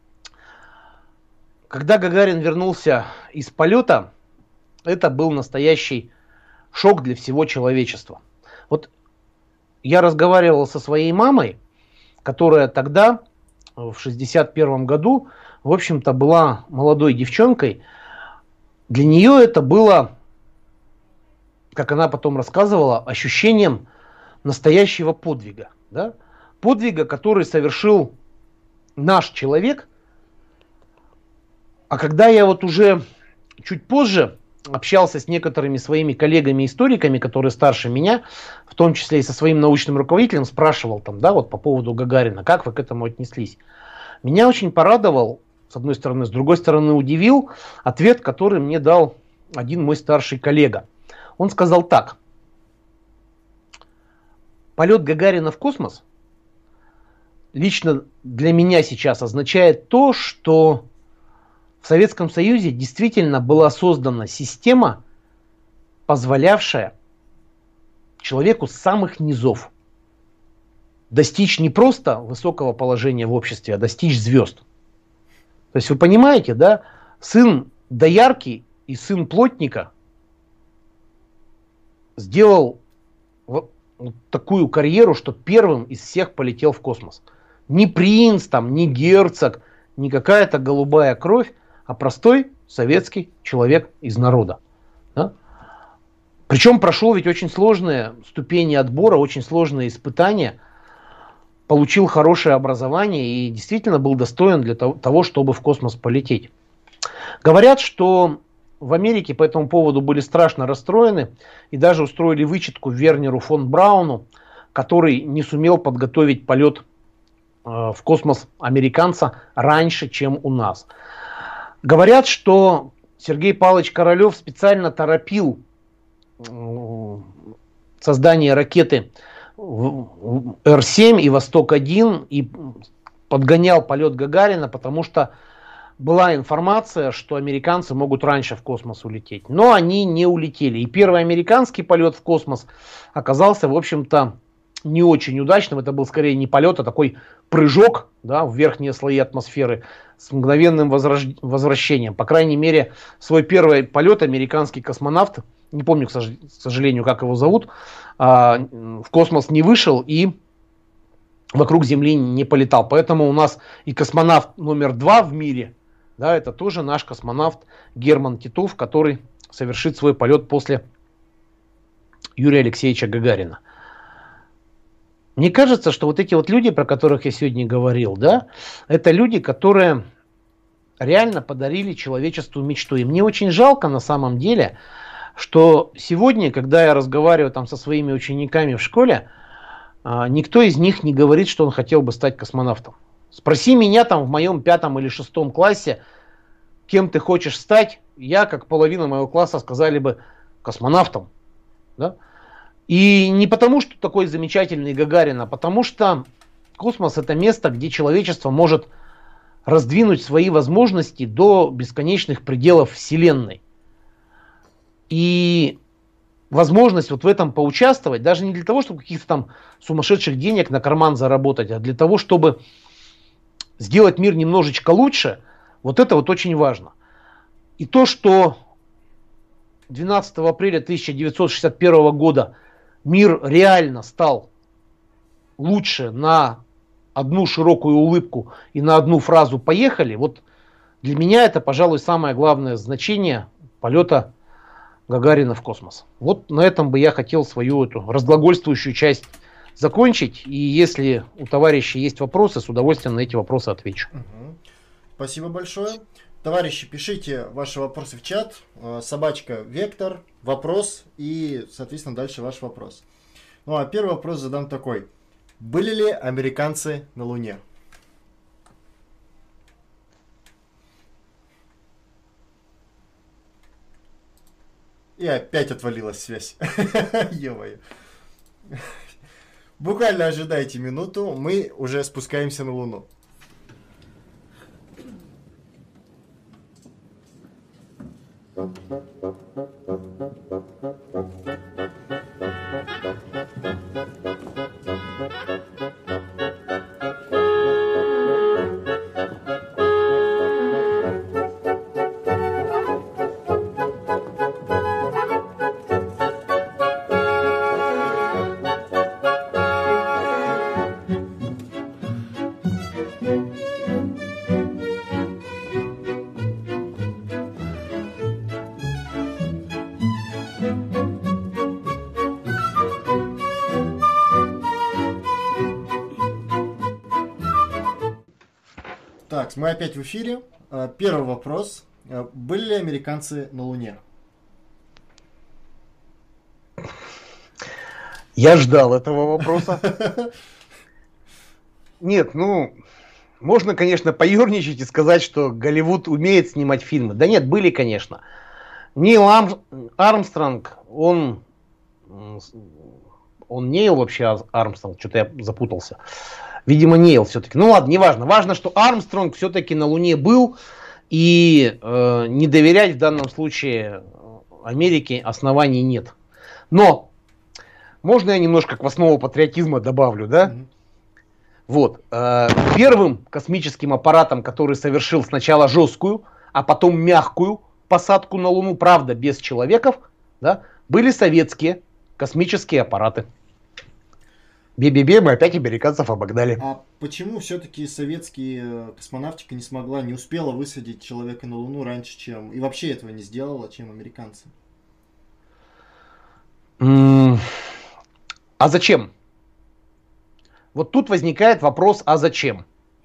Когда Гагарин вернулся из полета, это был настоящий шок для всего человечества. Вот я разговаривал со своей мамой, которая тогда, в шестьдесят первом году, в общем-то, была молодой девчонкой. Для нее это было, как она потом рассказывала, ощущением настоящего подвига. Да? Подвига, который совершил наш человек. А когда я вот уже чуть позже общался с некоторыми своими коллегами-историками, которые старше меня, в том числе и со своим научным руководителем, спрашивал там, да, вот по поводу Гагарина, как вы к этому отнеслись. Меня очень порадовал, с одной стороны, с другой стороны удивил ответ, который мне дал один мой старший коллега. Он сказал так: полет Гагарина в космос лично для меня сейчас означает то, что в Советском Союзе действительно была создана система, позволявшая человеку с самых низов достичь не просто высокого положения в обществе, а достичь звезд. То есть вы понимаете, да, сын доярки и сын плотника сделал вот такую карьеру, что первым из всех полетел в космос. Не принц, там, не герцог, не какая-то голубая кровь, а простой советский человек из народа. Да? Причем прошел ведь очень сложные ступени отбора, очень сложные испытания, получил хорошее образование и действительно был достоин для того, чтобы в космос полететь. Говорят, что в Америке по этому поводу были страшно расстроены и даже устроили вычетку Вернеру фон Брауну, который не сумел подготовить полет в космос американца раньше, чем у нас. Говорят, что Сергей Павлович Королев специально торопил создание ракеты Эр семь и Восток один и подгонял полет Гагарина, потому что была информация, что американцы могут раньше в космос улететь. Но они не улетели. И первый американский полет в космос оказался, в общем-то, не очень удачным. Это был скорее не полет, а такой прыжок, да, в верхние слои атмосферы с мгновенным возраж... возвращением. По крайней мере, свой первый полет американский космонавт, не помню, к, сож... к сожалению, как его зовут, а, в космос не вышел и вокруг Земли не полетал. Поэтому у нас и космонавт номер два в мире, да, это тоже наш космонавт Герман Титов, который совершит свой полет после Юрия Алексеевича Гагарина. Мне кажется, что вот эти вот люди, про которых я сегодня говорил, да, это люди, которые реально подарили человечеству мечту. И мне очень жалко на самом деле, что сегодня, когда я разговариваю там со своими учениками в школе, никто из них не говорит, что он хотел бы стать космонавтом. Спроси меня там в моем пятом или шестом классе, кем ты хочешь стать, я, как половина моего класса, сказали бы космонавтом. Да? И не потому, что такой замечательный Гагарин, а потому что космос это место, где человечество может раздвинуть свои возможности до бесконечных пределов Вселенной. И возможность вот в этом поучаствовать, даже не для того, чтобы каких-то там сумасшедших денег на карман заработать, а для того, чтобы сделать мир немножечко лучше, вот это вот очень важно. И то, что двенадцатого апреля тысяча девятьсот шестьдесят первого года мир реально стал лучше на одну широкую улыбку и на одну фразу «поехали», вот для меня это, пожалуй, самое главное значение полета Гагарина в космос. Вот на этом бы я хотел свою эту разглагольствующую часть закончить. И если у товарищей есть вопросы, с удовольствием на эти вопросы отвечу. Угу. Спасибо большое. Товарищи, пишите ваши вопросы в чат. Собачка Вектор, вопрос и, соответственно, дальше ваш вопрос. Ну а первый вопрос задам такой. Были ли американцы на Луне? И опять отвалилась связь. Ё-моё. Буквально ожидайте минуту, мы уже спускаемся на Луну. Так, мы опять в эфире. Первый вопрос. Были ли американцы на Луне? Я ждал этого вопроса. Нет, ну, можно, конечно, поерничать и сказать, что Голливуд умеет снимать фильмы. Да нет, были, конечно. Нил Армстронг, он... Он Нейл вообще, Армстронг, что-то я запутался. Видимо, Нейл все-таки. Ну ладно, неважно. Важно, что Армстронг все-таки на Луне был. И э, не доверять в данном случае Америке оснований нет. Но можно я немножко квасного патриотизма добавлю, да? Mm-hmm. Вот. Э, первым космическим аппаратом, который совершил сначала жесткую, а потом мягкую посадку на Луну, правда, без человеков, да, были советские космические аппараты. Бе-бе-бе, мы опять американцев обогнали. А почему все-таки советские космонавтика не смогла, не успела высадить человека на Луну раньше, чем... И вообще этого не сделала, чем американцы? Mm, а зачем? Вот тут возникает вопрос, а зачем?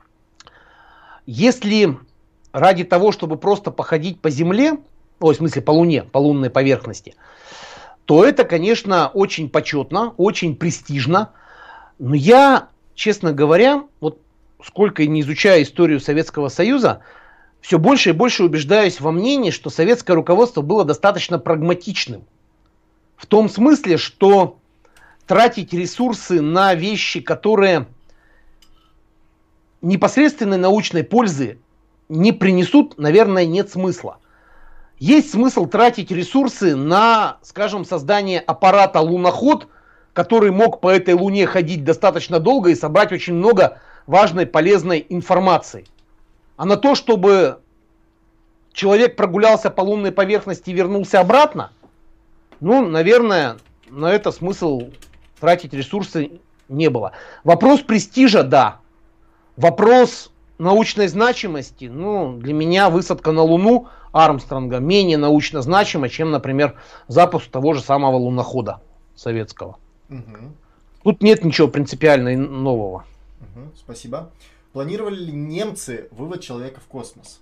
Если ради того, чтобы просто походить по Земле, ой, в смысле по Луне, по лунной поверхности, то это, конечно, очень почетно, очень престижно. Но я, честно говоря, вот сколько не изучаю историю Советского Союза, все больше и больше убеждаюсь во мнении, что советское руководство было достаточно прагматичным. В том смысле, что тратить ресурсы на вещи, которые непосредственной научной пользы не принесут, наверное, нет смысла. Есть смысл тратить ресурсы на, скажем, создание аппарата луноход, который мог по этой Луне ходить достаточно долго и собрать очень много важной, полезной информации. А на то, чтобы человек прогулялся по лунной поверхности и вернулся обратно, ну, наверное, на это смысл тратить ресурсы не было. Вопрос престижа, да. Вопрос научной значимости, ну, для меня высадка на Луну Армстронга менее научно значима, чем, например, запуск того же самого лунохода советского. Угу. Тут нет ничего принципиально нового. Угу, спасибо. Планировали ли немцы вывод человека в космос?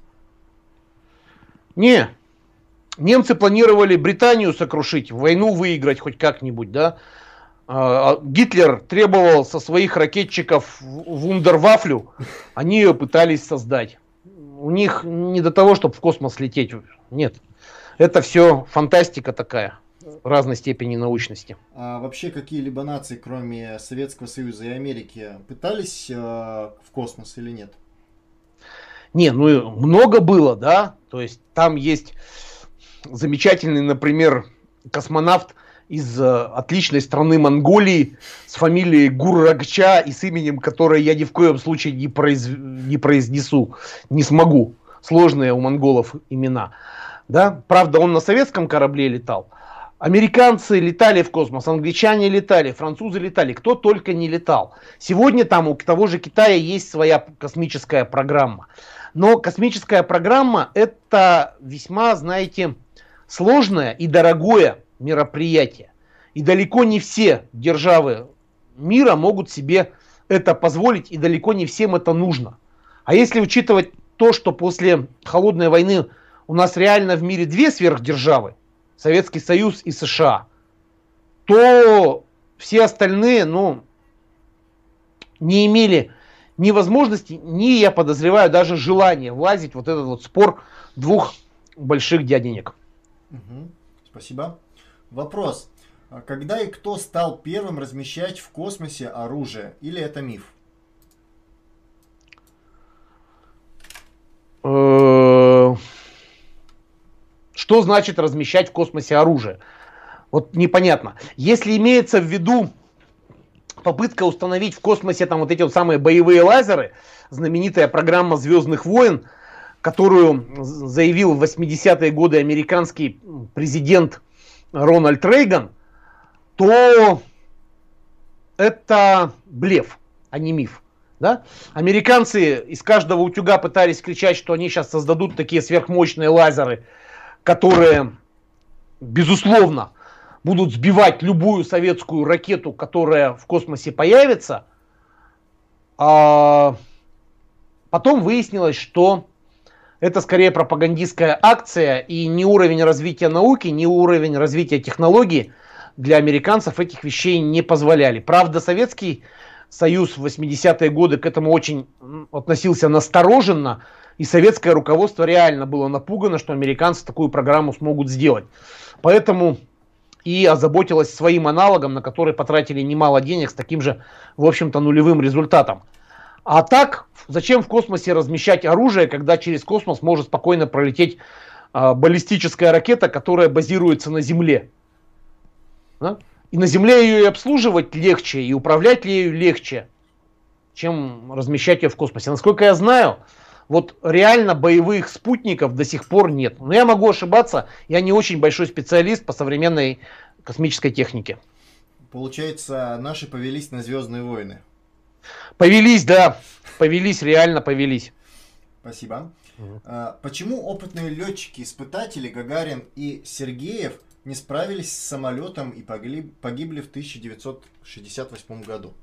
Не. Немцы планировали Британию сокрушить, войну выиграть хоть как-нибудь, да. Гитлер требовал со своих ракетчиков вундервафлю, они ее пытались создать. У них не до того, чтобы в космос лететь. Нет. Это все фантастика такая, разной степени научности. А вообще какие-либо нации, кроме Советского Союза и Америки, пытались э, в космос или нет? Не, ну много было, да. То есть там есть замечательный, например, космонавт из э, отличной страны Монголии с фамилией Гурракча и с именем, которое я ни в коем случае не, произ... не произнесу, не смогу. Сложные у монголов имена. Да? Правда, он на советском корабле летал. Американцы летали в космос, англичане летали, французы летали, кто только не летал. Сегодня там у того же Китая есть своя космическая программа. Но космическая программа это весьма, знаете, сложное и дорогое мероприятие. И далеко не все державы мира могут себе это позволить, и далеко не всем это нужно. А если учитывать то, что после холодной войны у нас реально в мире две сверхдержавы, Советский Союз и США, то все остальные, ну, не имели ни возможности, ни, я подозреваю, даже желания влазить в вот этот вот спор двух больших дяденек. Угу. Спасибо. Вопрос. Когда и кто стал первым размещать в космосе оружие? Или это миф? Что значит размещать в космосе оружие? Вот непонятно. Если имеется в виду попытка установить в космосе там вот эти вот самые боевые лазеры, знаменитая программа «Звездных войн», которую заявил в восьмидесятые годы американский президент Рональд Рейган, то это блеф, а не миф. Да? Американцы из каждого утюга пытались кричать, что они сейчас создадут такие сверхмощные лазеры, которые, безусловно, будут сбивать любую советскую ракету, которая в космосе появится. А потом выяснилось, что это скорее пропагандистская акция, и ни уровень развития науки, ни уровень развития технологий для американцев этих вещей не позволяли. Правда, Советский Союз в восьмидесятые годы к этому очень относился настороженно, и советское руководство реально было напугано, что американцы такую программу смогут сделать. Поэтому и озаботилось своим аналогом, на который потратили немало денег с таким же, в общем-то, нулевым результатом. А так, зачем в космосе размещать оружие, когда через космос может спокойно пролететь э, баллистическая ракета, которая базируется на Земле? Да? И на Земле ее и обслуживать легче, и управлять ею легче, чем размещать ее в космосе. Насколько я знаю, вот реально боевых спутников до сих пор нет. Но я могу ошибаться, я не очень большой специалист по современной космической технике. Получается, наши повелись на «Звездные войны». Повелись, да, повелись, реально повелись. Спасибо. Угу. А, почему опытные летчики-испытатели Гагарин и Сергеев не справились с самолетом и погибли, погибли в тысяча девятьсот шестьдесят восьмом году?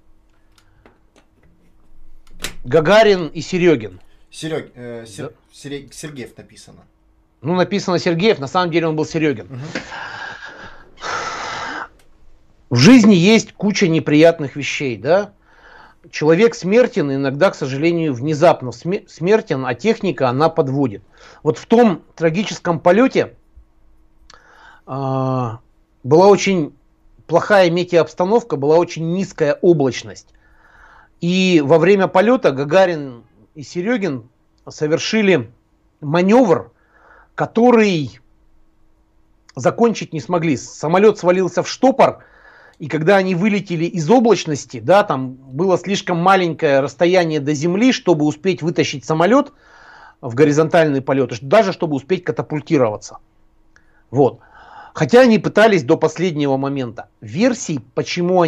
Гагарин и Серегин. Серег, э, Сер, да. Серег, Сергеев написано. Ну, написано Сергеев, на самом деле он был Серегин. Угу. В жизни есть куча неприятных вещей, да? Человек смертен, иногда, к сожалению, внезапно смертен, а техника, она подводит. Вот в том трагическом полете э, была очень плохая метеообстановка, была очень низкая облачность. И во время полета Гагарин и Серегин совершили маневр, который закончить не смогли. Самолет свалился в штопор, и когда они вылетели из облачности, да, там было слишком маленькое расстояние до земли, чтобы успеть вытащить самолет в горизонтальный полет, даже чтобы успеть катапультироваться. Вот. Хотя они пытались до последнего момента. Версий, почему они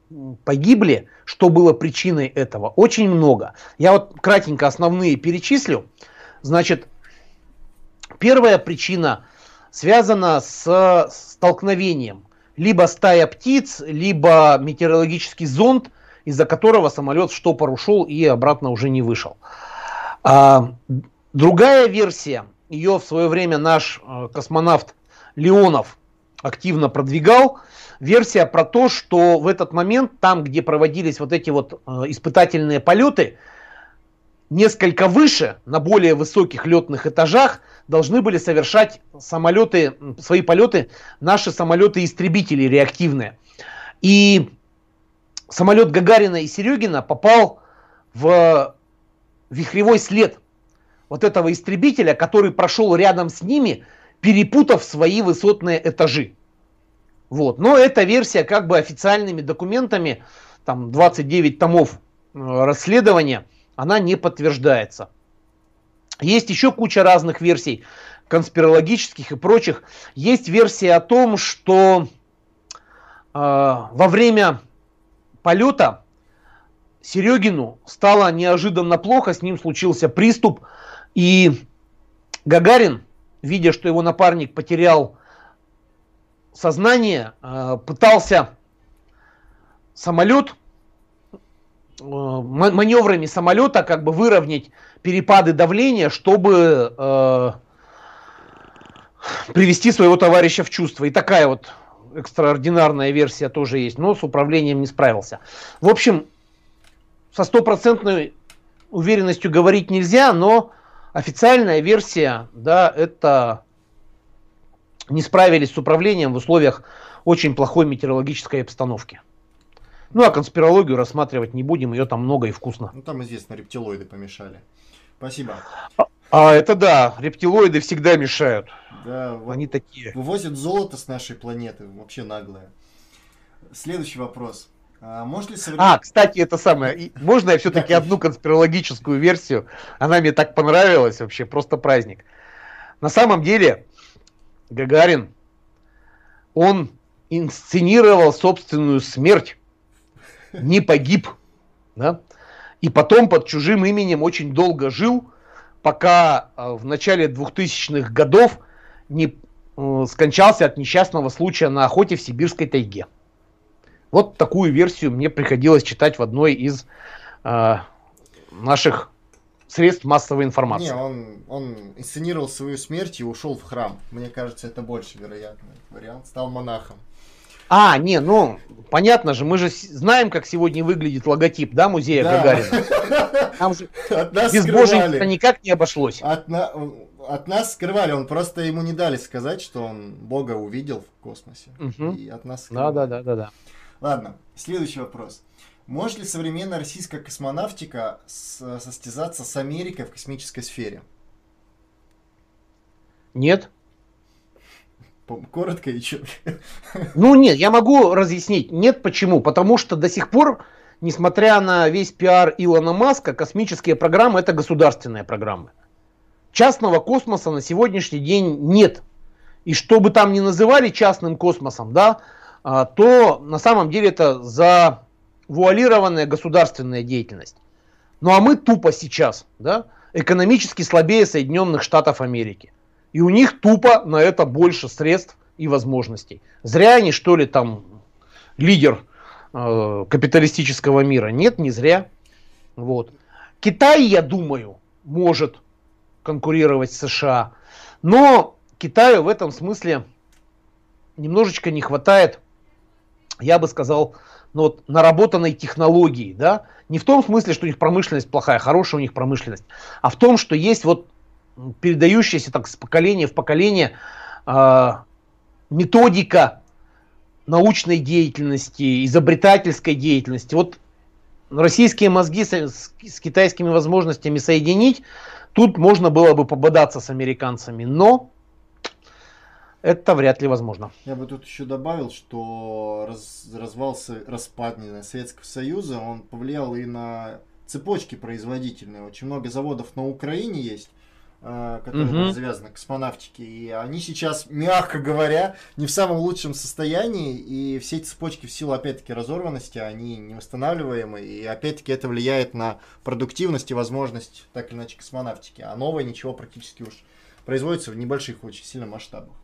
погибли, что было причиной этого, очень много. Я вот кратенько основные перечислю. Значит, первая причина связана с столкновением. Либо стая птиц, либо метеорологический зонд, из-за которого самолет в штопор ушел и обратно уже не вышел. А, другая версия, ее в свое время наш э, космонавт Леонов активно продвигал, версия про то, что в этот момент, там, где проводились вот эти вот э, испытательные полеты, несколько выше, на более высоких летных этажах, должны были совершать самолеты, свои полеты наши самолеты-истребители реактивные. И самолет Гагарина и Серегина попал в вихревой след вот этого истребителя, который прошел рядом с ними, перепутав свои высотные этажи. Вот. Но эта версия как бы официальными документами, там двадцать девять томов расследования, она не подтверждается. Есть еще куча разных версий, конспирологических и прочих. Есть версия о том, что э, во время полета Серегину стало неожиданно плохо, с ним случился приступ, и Гагарин, видя, что его напарник потерял сознание, э, пытался самолет, э, маневрами самолета как бы выровнять перепады давления, чтобы э, привести своего товарища в чувство. И такая вот экстраординарная версия тоже есть, но с управлением не справился. В общем, со стопроцентной уверенностью говорить нельзя, но официальная версия, да, это не справились с управлением в условиях очень плохой метеорологической обстановки. Ну, а конспирологию рассматривать не будем, ее там много и вкусно. Ну, там, известно, рептилоиды помешали. Спасибо. А, а это да, рептилоиды всегда мешают. Да, они такие. Вывозят золото с нашей планеты, вообще наглое. Следующий вопрос. А, может ли современ... а кстати, это самое. Можно я все-таки одну конспирологическую версию? Она мне так понравилась, вообще просто праздник. На самом деле, Гагарин, он инсценировал собственную смерть, не погиб, да? И потом под чужим именем очень долго жил, пока в начале двухтысячных годов не э, скончался от несчастного случая на охоте в сибирской тайге. Вот такую версию мне приходилось читать в одной из э, наших средств массовой информации. Не, он, он инсценировал свою смерть и ушел в храм. Мне кажется, это больше вероятный вариант. Стал монахом. А, не, ну, понятно же, мы же знаем, как сегодня выглядит логотип, да, музея да. Гагарина. Там же без боженька никак не обошлось. От, на... от нас скрывали, он просто ему не дали сказать, что он Бога увидел в космосе. Угу. И от нас скрывали. Да, да, да, да, да. Ладно, следующий вопрос. Может ли современная российская космонавтика состязаться с Америкой в космической сфере? Нет. Коротко и чё? Ну нет, я могу разъяснить. Нет, почему? Потому что до сих пор, несмотря на весь пиар Илона Маска, космические программы — это государственные программы. Частного космоса на сегодняшний день нет. И что бы там ни называли частным космосом, да, то на самом деле это завуалированная государственная деятельность. Ну а мы тупо сейчас, да, экономически слабее Соединенных Штатов Америки. И у них тупо на это больше средств и возможностей. Зря они, что ли, там лидер э, капиталистического мира? Нет, не зря. Вот. Китай, я думаю, может конкурировать с США. Но Китаю в этом смысле немножечко не хватает, я бы сказал, ну, вот, наработанной технологии. Да? Не в том смысле, что у них промышленность плохая, хорошая у них промышленность, а в том, что есть вот передающаяся так с поколения в поколение э, методика научной деятельности, изобретательской деятельности. Вот российские мозги с, с, с китайскими возможностями соединить, тут можно было бы пободаться с американцами, но это вряд ли возможно. Я бы тут еще добавил, что раз, развал, распад не знаю, Советского Союза, он повлиял и на цепочки производительные. Очень много заводов на Украине есть, которые были завязаны к космонавтике, и они сейчас, мягко говоря, не в самом лучшем состоянии, и все эти цепочки в силу, опять-таки, разорванности, они невосстанавливаемы, и, опять-таки, это влияет на продуктивность и возможность, так или иначе, космонавтики, а новое ничего практически уж производится в небольших, очень сильных масштабах.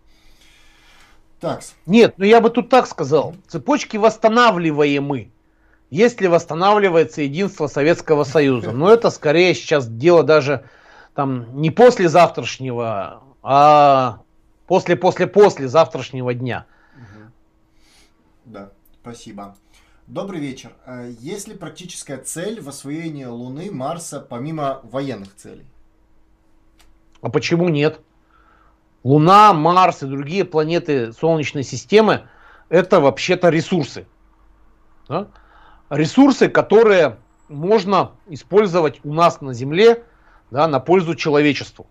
Такс. Нет, ну я бы тут так сказал, цепочки восстанавливаемы, если восстанавливается единство Советского Союза, но это скорее сейчас дело даже... Там не после завтрашнего, а после-после-после завтрашнего дня. Угу. Да, спасибо. Добрый вечер. Есть ли практическая цель в освоении Луны, Марса, помимо военных целей? А почему нет? Луна, Марс и другие планеты Солнечной системы — это вообще-то ресурсы. Да? Ресурсы, которые можно использовать у нас на Земле, да, на пользу человечеству.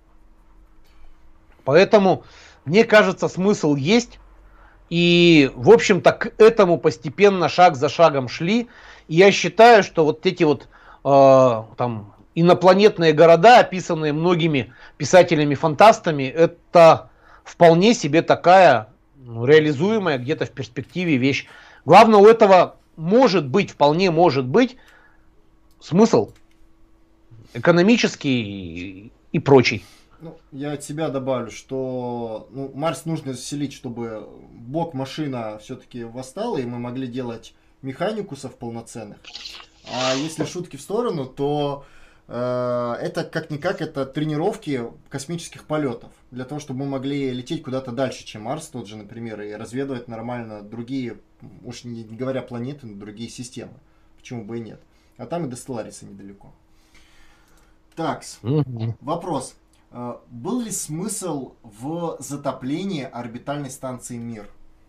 Поэтому, мне кажется, смысл есть. И, в общем-то, к этому постепенно, шаг за шагом шли. И я считаю, что вот эти вот э, там, инопланетные города, описанные многими писателями-фантастами, это вполне себе такая ну, реализуемая где-то в перспективе вещь. Главное, у этого может быть, вполне может быть, смысл экономический и прочий. Ну, я от себя добавлю, что ну, Марс нужно заселить, чтобы бог-машина все-таки восстала, и мы могли делать механикусов полноценных. А если шутки в сторону, то э, это как-никак это тренировки космических полетов. Для того, чтобы мы могли лететь куда-то дальше, чем Марс тот же, например, и разведывать нормально другие, уж не говоря планеты, но другие системы. Почему бы и нет. А там и до Стеллариса недалеко. Такс. Mm-hmm. Вопрос. Был ли смысл в затоплении орбитальной станции Мир?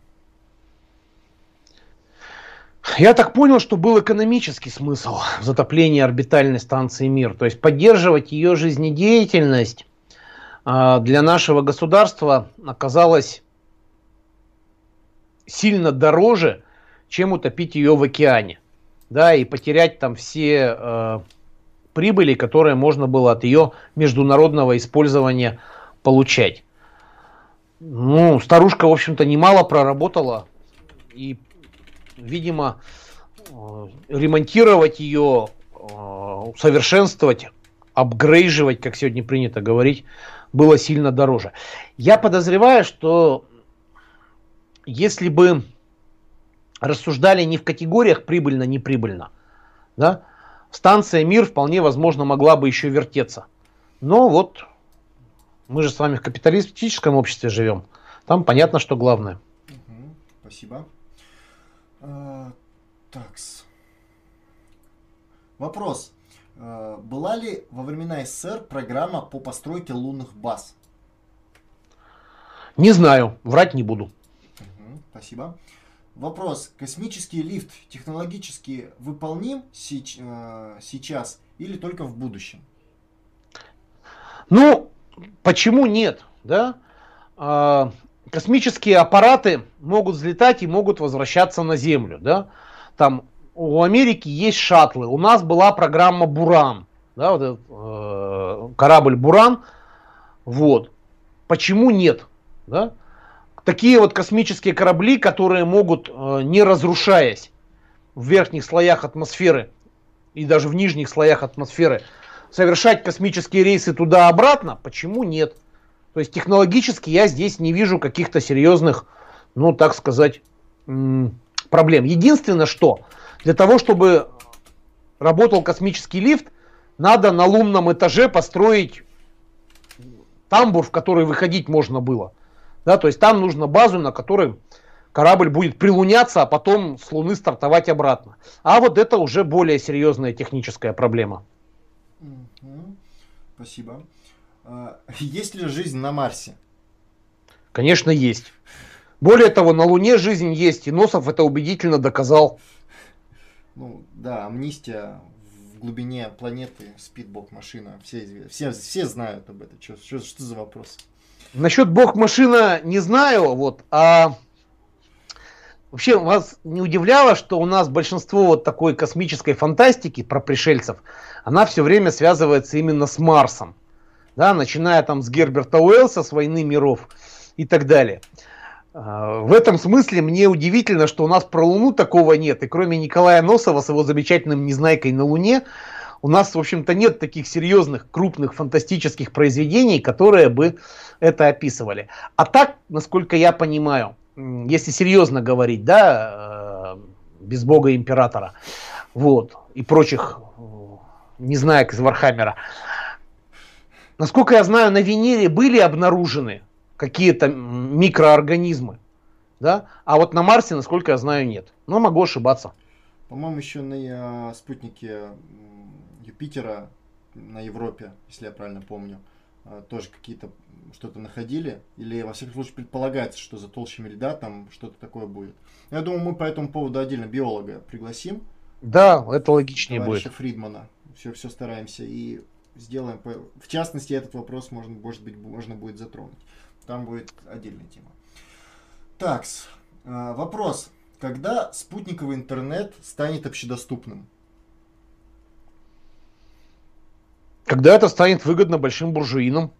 Я так понял, что был экономический смысл в затоплении орбитальной станции Мир. То есть поддерживать ее жизнедеятельность для нашего государства оказалось сильно дороже, чем утопить ее в океане. Да, и потерять там все... прибыли, которые можно было от ее международного использования получать. Ну, старушка, в общем-то, немало проработала. И, видимо, ремонтировать ее, усовершенствовать, апгрейживать, как сегодня принято говорить, было сильно дороже. Я подозреваю, что если бы рассуждали не в категориях прибыльно-неприбыльно, да, станция Мир вполне возможно могла бы еще вертеться. Но вот мы же с вами в капиталистическом обществе живем. Там понятно, что главное. Угу, спасибо. А, такс. Вопрос. А, была ли во времена СССР программа по постройке лунных баз? Не знаю, врать не буду. Угу, спасибо. Вопрос. Космический лифт технологически выполним сейчас или только в будущем? Ну, почему нет? Да? А, космические аппараты могут взлетать и могут возвращаться на Землю. Да? Там у Америки есть шаттлы. У нас была программа Буран. Да, вот этот, э, корабль Буран. Вот. Почему нет? Да? Такие вот космические корабли, которые могут, не разрушаясь в верхних слоях атмосферы и даже в нижних слоях атмосферы, совершать космические рейсы туда-обратно, почему нет? То есть технологически я здесь не вижу каких-то серьезных, ну так сказать, проблем. Единственное, что для того, чтобы работал космический лифт, надо на лунном этаже построить тамбур, в который выходить можно было. Да, то есть там нужно базу, на которой корабль будет прилуняться, а потом с Луны стартовать обратно. А вот это уже более серьезная техническая проблема. Угу. Спасибо. А, есть ли жизнь на Марсе? Конечно, есть. Более того, на Луне жизнь есть, и Носов это убедительно доказал. Ну да, амнистия в глубине планеты, спит бог-машина. Все, все, все знают об этом. Что, что, что за вопрос? Насчет бог-машина не знаю, вот, а вообще вас не удивляло, что у нас большинство вот такой космической фантастики про пришельцев, она все время связывается именно с Марсом. да, начиная там с Герберта Уэллса, с «Войны миров» и так далее. В этом смысле мне удивительно, что у нас про Луну такого нет. И кроме Николая Носова с его замечательным «Незнайкой на Луне», у нас, в общем-то, нет таких серьезных, крупных, фантастических произведений, которые бы это описывали. А так, насколько я понимаю, если серьезно говорить, да, без бога императора, вот, и прочих незнаек из Вархаммера, насколько я знаю, на Венере были обнаружены какие-то микроорганизмы, да, а вот на Марсе, насколько я знаю, нет. Но могу ошибаться. По-моему, еще на спутнике Юпитера на Европе, если я правильно помню, тоже какие-то что-то находили, или во всяком случае предполагается, что за толщами льда там что-то такое будет. Я думаю, мы по этому поводу отдельно биолога пригласим. Да, это логичнее товарища будет. Фридмана. Все, все стараемся и сделаем. В частности, этот вопрос можно, может быть, можно будет затронуть. Там будет отдельная тема. Так, вопрос. Когда спутниковый интернет станет общедоступным? Когда это станет выгодно большим буржуинам.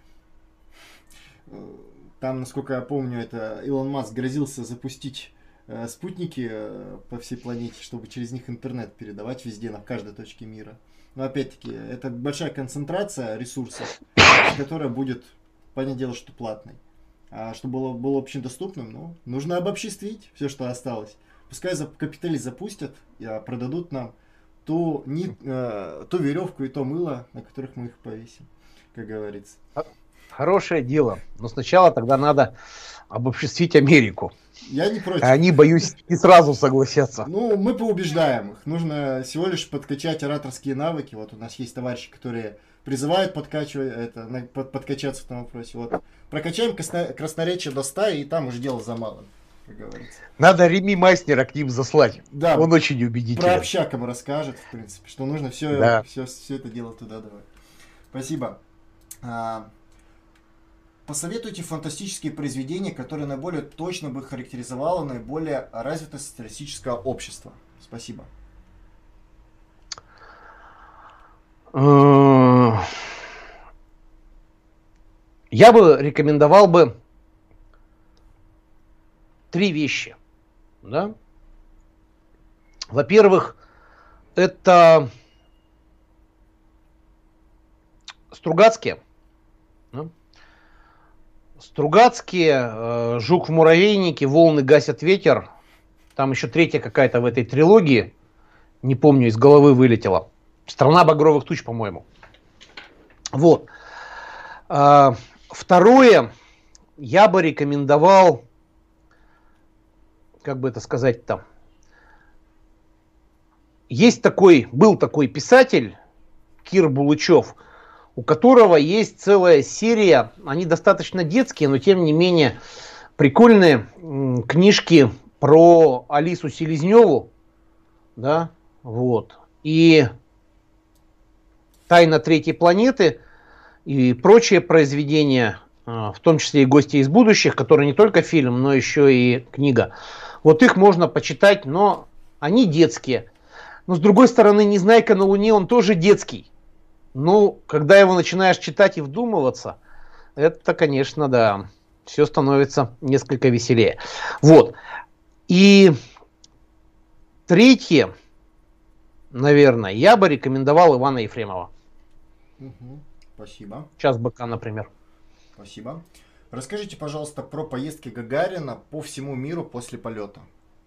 Там, насколько я помню, это Илон Маск грозился запустить э, спутники э, по всей планете, чтобы через них интернет передавать везде, на каждой точке мира. Но опять-таки, это большая концентрация ресурсов, которая будет, понятное дело, что платной. А чтобы было, было общедоступным, ну, нужно обобществить все, что осталось. Пускай за, капиталисты запустят, и продадут нам ту, ни, э, ту веревку и то мыло, на которых мы их повесим, как говорится. Хорошее дело. Но сначала тогда надо обобществить Америку. Я не против. А они, боюсь, не сразу согласятся. Ну, мы поубеждаем их. Нужно всего лишь подкачать ораторские навыки. Вот у нас есть товарищи, которые призывают подкачивать, это, под, подкачаться в этом вопросе. Вот. Прокачаем красно, красноречие до ста, и там уже дело за малым, как говорится. Надо Реми Майснера к ним заслать. Да, он очень убедителен. Про общак ему расскажет, в принципе, что нужно все, да. все, все это дело туда давать. Спасибо. Посоветуйте фантастические произведения, которые наиболее точно бы характеризовало наиболее развитое социалистическое общество. Спасибо. Я бы рекомендовал бы три вещи. Да? Во-первых, это Стругацкие. Да? Стругацкие, э, «Жук в муравейнике», «Волны гасят ветер». Там еще третья какая-то в этой трилогии. Не помню, из головы вылетела. «Страна багровых туч», по-моему. Вот. А, второе, я бы рекомендовал, как бы это сказать-то, есть такой, был такой писатель Кир Булычев, у которого есть целая серия, они достаточно детские, но тем не менее прикольные книжки про Алису Селезневу, да, вот, и «Тайна третьей планеты» и прочие произведения, в том числе и «Гости из будущих», которые не только фильм, но еще и книга. Вот их можно почитать, но они детские. Но с другой стороны, «Незнайка на Луне», он тоже детский. Ну, когда его начинаешь читать и вдумываться, это, конечно, да, все становится несколько веселее. Вот. И третье, наверное, я бы рекомендовал Ивана Ефремова. Угу. Спасибо. «Час быка», например. Спасибо. Расскажите, пожалуйста, про поездки Гагарина по всему миру после полета.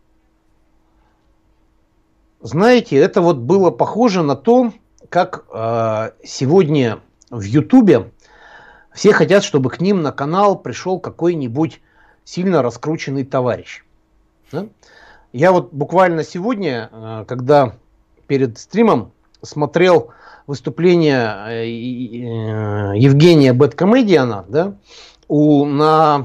Знаете, это вот было похоже на то, как э, сегодня в Ютубе все хотят, чтобы к ним на канал пришел какой-нибудь сильно раскрученный товарищ. Да? Я вот буквально сегодня, э, когда перед стримом смотрел выступление э, э, Евгения Бэдкомедиана, да, у, на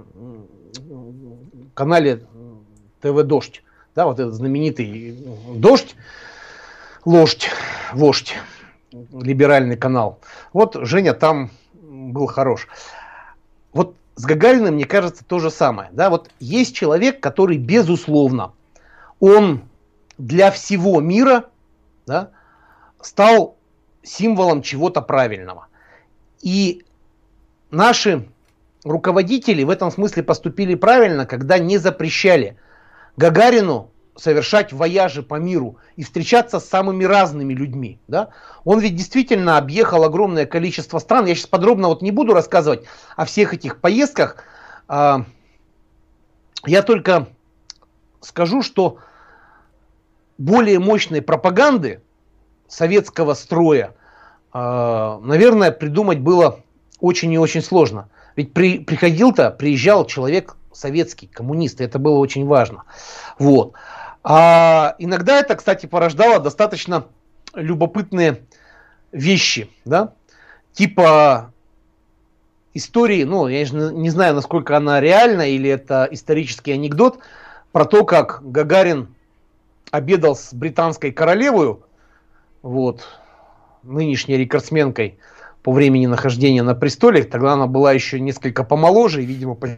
канале ТВ «Дождь». Да, вот этот знаменитый «Дождь», «Лождь», «Вождь», либеральный канал. Вот Женя там был хорош. Вот с Гагариным, мне кажется, то же самое. Да? Вот есть человек, который, безусловно, он для всего мира, да, стал символом чего-то правильного. И наши руководители в этом смысле поступили правильно, когда не запрещали Гагарину совершать вояжи по миру и встречаться с самыми разными людьми. Да? Он ведь действительно объехал огромное количество стран. Я сейчас подробно вот не буду рассказывать о всех этих поездках. Я только скажу, что более мощной пропаганды советского строя, наверное, придумать было очень и очень сложно. Ведь при, приходил-то, приезжал человек советский, коммунист, и это было очень важно. Вот. А иногда это, кстати, порождало достаточно любопытные вещи, да? Типа истории, ну, я не знаю, насколько она реальна или это исторический анекдот, про то, как Гагарин обедал с британской королевой, вот, нынешней рекордсменкой по времени нахождения на престоле. Тогда она была еще несколько помоложе и, видимо, по...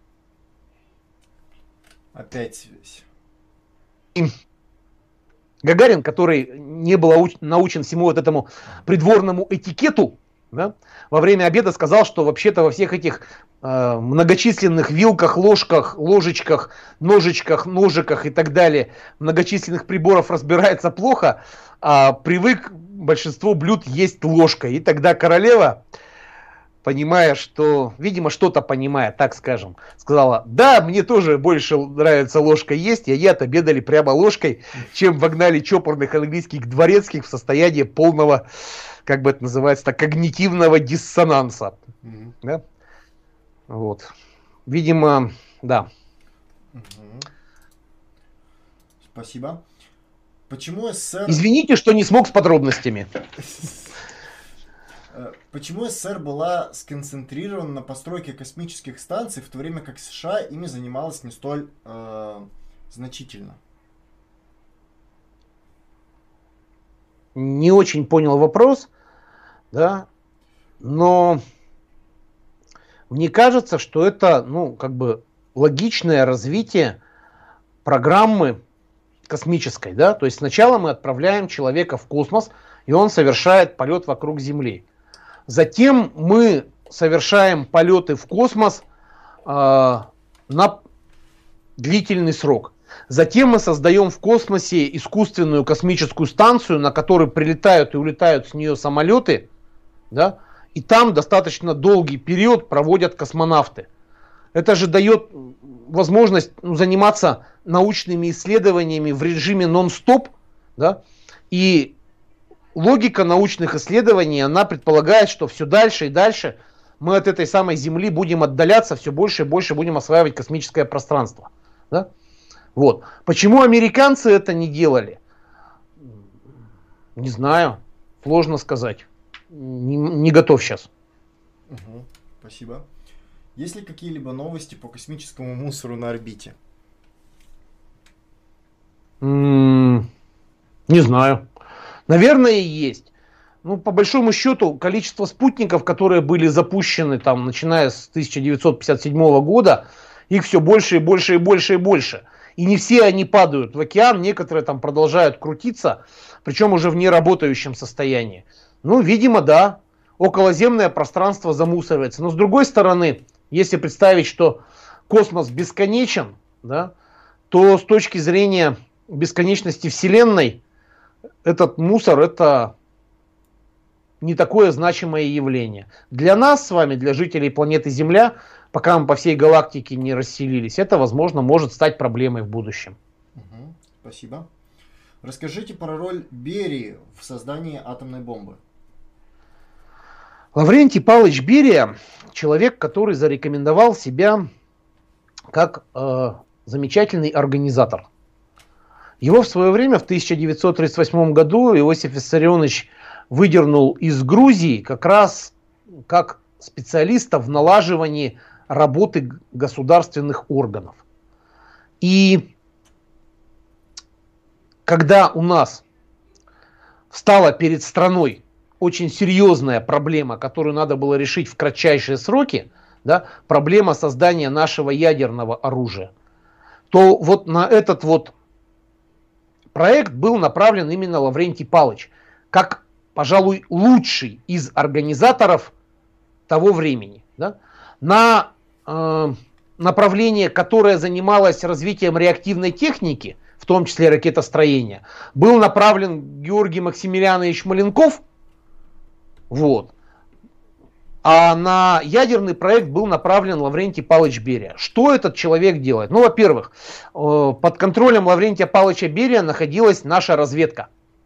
Опять связь. Гагарин, который не был научен всему вот этому придворному этикету, да, во время обеда сказал, что вообще-то во всех этих э, многочисленных вилках, ложках, ложечках, ножичках, ножиках и так далее, многочисленных приборов разбирается плохо, а привык большинство блюд есть ложкой. И тогда королева, понимая, что, видимо, что-то понимая, так скажем, сказала: да, мне тоже больше нравится ложкой есть, и они отобедали прямо ложкой, чем вогнали чопорных английских дворецких в состояние полного, как бы это называется, когнитивного диссонанса. Mm-hmm. Да? Вот. Видимо, да. Mm-hmm. Спасибо. Почему СССР... Извините, что не смог с подробностями. Почему СССР была сконцентрирована на постройке космических станций, в то время как США ими занималась не столь э, значительно? Не очень понял вопрос, да, но мне кажется, что это, ну, как бы логичное развитие программы космической, да, то есть сначала мы отправляем человека в космос, и он совершает полет вокруг Земли. Затем мы совершаем полеты в космос э, на длительный срок. Затем мы создаем в космосе искусственную космическую станцию, на которой прилетают и улетают с нее самолеты, да, и там достаточно долгий период проводят космонавты. Это же дает возможность, ну, заниматься научными исследованиями в режиме нон-стоп, да, и логика научных исследований, она предполагает, что все дальше и дальше мы от этой самой Земли будем отдаляться, все больше и больше будем осваивать космическое пространство. Да? Вот. Почему американцы это не делали? Не знаю, сложно сказать. Не, не готов сейчас. Угу, спасибо. Есть ли какие-либо новости по космическому мусору на орбите? М-м- не знаю. Наверное, есть. Ну, по большому счету, количество спутников, которые были запущены, там, начиная с тысяча девятьсот пятьдесят седьмого года, их все больше и больше и больше и больше. И не все они падают в океан, некоторые там продолжают крутиться, причем уже в неработающем состоянии. Ну, видимо, да, околоземное пространство замусоривается. Но с другой стороны, если представить, что космос бесконечен, да, то с точки зрения бесконечности Вселенной, этот мусор — это не такое значимое явление. Для нас с вами, для жителей планеты Земля, пока мы по всей галактике не расселились, это, возможно, может стать проблемой в будущем. Угу, спасибо. Расскажите про роль Берии в создании атомной бомбы. Лаврентий Павлович Берия — человек, который зарекомендовал себя как э, замечательный организатор. Его в свое время, в тысяча девятьсот тридцать восьмом году, Иосиф Виссарионович выдернул из Грузии как раз как специалиста в налаживании работы государственных органов. И когда у нас встала перед страной очень серьезная проблема, которую надо было решить в кратчайшие сроки, да, проблема создания нашего ядерного оружия, то вот на этот вот проект был направлен именно Лаврентий Павлович, как, пожалуй, лучший из организаторов того времени. Да? На э, направление, которое занималось развитием реактивной техники, в том числе ракетостроения, был направлен Георгий Максимилианович Маленков. Вот. А на ядерный проект был направлен Лаврентий Павлович Берия. Что этот человек делает? Ну, во-первых, под контролем Лаврентия Павловича Берия находилась наша разведка.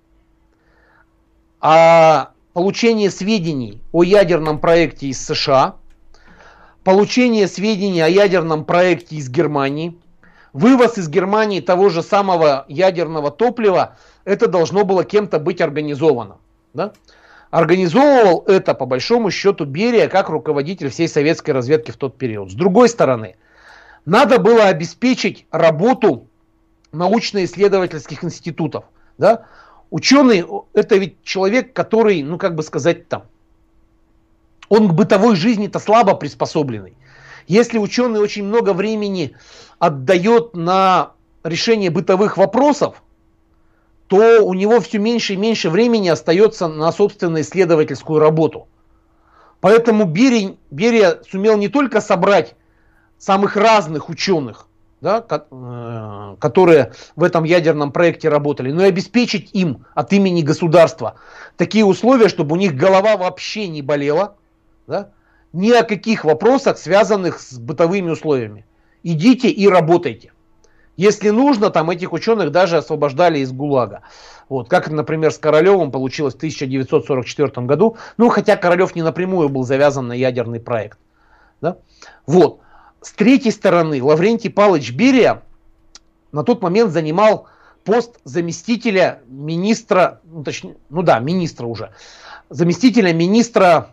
А получение сведений о ядерном проекте из США, получение сведений о ядерном проекте из Германии, вывоз из Германии того же самого ядерного топлива, это должно было кем-то быть организовано. Да? Организовывал это, по большому счету, Берия как руководитель всей советской разведки в тот период. С другой стороны, надо было обеспечить работу научно-исследовательских институтов. Да? Ученый – это ведь человек, который, ну как бы сказать там, он к бытовой жизни-то слабо приспособленный. Если ученый очень много времени отдает на решение бытовых вопросов, то у него все меньше и меньше времени остается на собственную исследовательскую работу. Поэтому Берия, Берия сумел не только собрать самых разных ученых, да, которые в этом ядерном проекте работали, но и обеспечить им от имени государства такие условия, чтобы у них голова вообще не болела, да, ни о каких вопросах, связанных с бытовыми условиями. Идите и работайте. Если нужно, там этих ученых даже освобождали из ГУЛАГа. Вот, как, например, с Королевым получилось в тысяча девятьсот сорок четвёртом году. Ну, хотя Королев не напрямую был завязан на ядерный проект. Да? Вот. С третьей стороны, Лаврентий Павлович Берия на тот момент занимал пост заместителя министра, ну, точнее, ну да, министра уже, заместителя министра,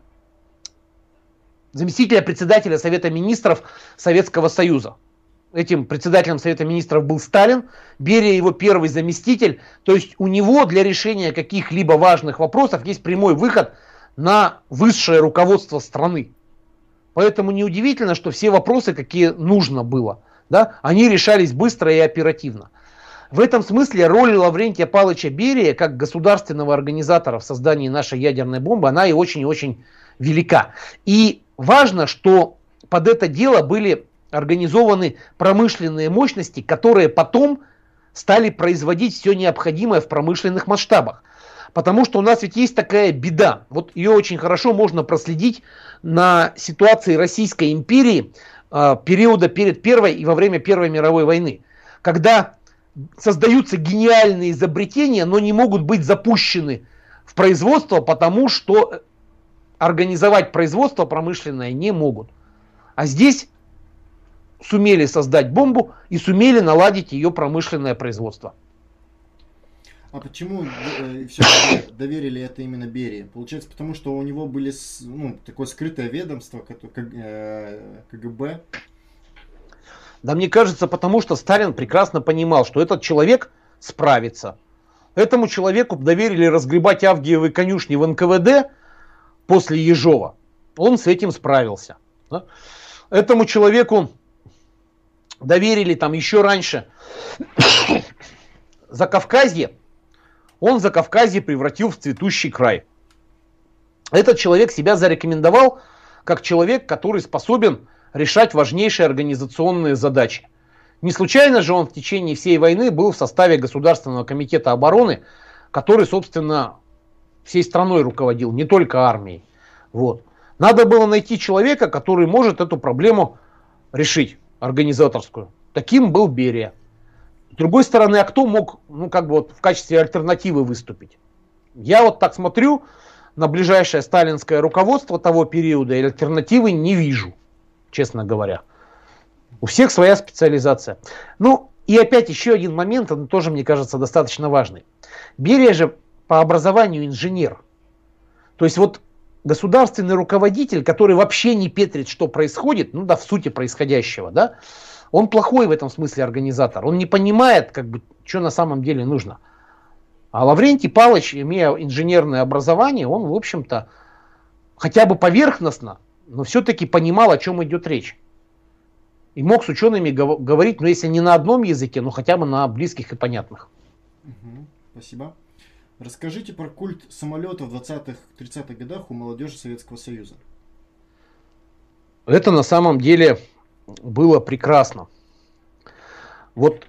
заместителя председателя Совета министров Советского Союза. Этим председателем Совета министров был Сталин, Берия его первый заместитель. То есть у него для решения каких-либо важных вопросов есть прямой выход на высшее руководство страны. Поэтому неудивительно, что все вопросы, какие нужно было, да, они решались быстро и оперативно. В этом смысле роль Лаврентия Павловича Берия как государственного организатора в создании нашей ядерной бомбы, она и очень и очень велика. И важно, что под это дело были организованы промышленные мощности, которые потом стали производить все необходимое в промышленных масштабах. Потому что у нас ведь есть такая беда. Вот ее очень хорошо можно проследить на ситуации Российской империи э, периода перед Первой и во время Первой мировой войны. Когда создаются гениальные изобретения, но не могут быть запущены в производство, потому что организовать производство промышленное не могут. А здесь сумели создать бомбу и сумели наладить ее промышленное производство. А почему э, все-таки доверили это именно Берии? Получается, потому что у него были, ну, такое скрытое ведомство, как э, КГБ. Да мне кажется, потому что Сталин прекрасно понимал, что этот человек справится. Этому человеку доверили разгребать Авгиевы конюшни в эн ка вэ дэ после Ежова. Он с этим справился. Да? Этому человеку доверили там еще раньше Закавказье. Он Закавказье превратил в цветущий край. Этот человек себя зарекомендовал как человек, который способен решать важнейшие организационные задачи. Не случайно же он в течение всей войны был в составе Государственного комитета обороны, который, собственно, всей страной руководил, не только армией. Вот. Надо было найти человека, который может эту проблему решить, организаторскую. Таким был Берия. С другой стороны, а кто мог, ну, как бы вот в качестве альтернативы выступить? Я вот так смотрю на ближайшее сталинское руководство того периода и альтернативы не вижу, честно говоря. У всех своя специализация. Ну, и опять еще один момент, он тоже, мне кажется, достаточно важный. Берия же по образованию инженер. То есть вот государственный руководитель, который вообще не петрит, что происходит, ну да, в сути происходящего, да, он плохой в этом смысле организатор. Он не понимает, как бы, что на самом деле нужно. А Лаврентий Павлович, имея инженерное образование, он, в общем-то, хотя бы поверхностно, но все-таки понимал, о чем идет речь. И мог с учеными говорить, ну если не на одном языке, но хотя бы на близких и понятных. Угу, спасибо. Расскажите про культ самолета в двадцатых-тридцатых годах у молодежи Советского Союза. Это на самом деле было прекрасно. Вот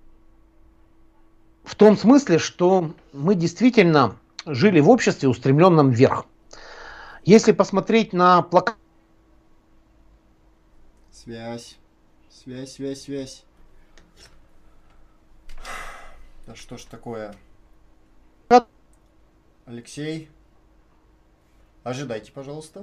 в том смысле, что мы действительно жили в обществе, устремленном вверх. Если посмотреть на плакат... Связь, связь, связь, связь. Да что ж такое? Алексей, ожидайте, пожалуйста.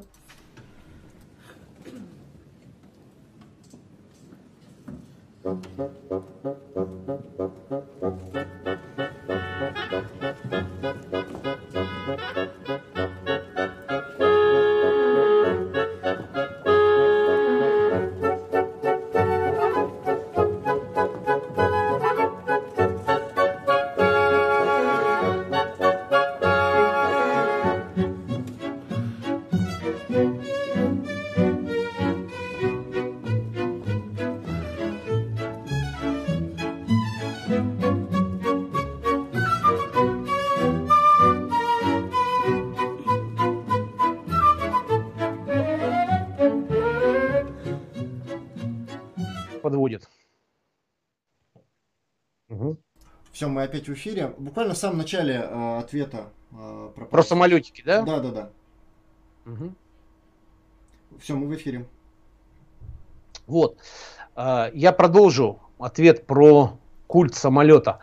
Подводит. Угу. Все, мы опять в эфире. Буквально в самом начале э, ответа э, про, про самолетики, да? Да, да, да. Угу. Все, мы в эфире. Вот. Э, я продолжу ответ про культ самолета.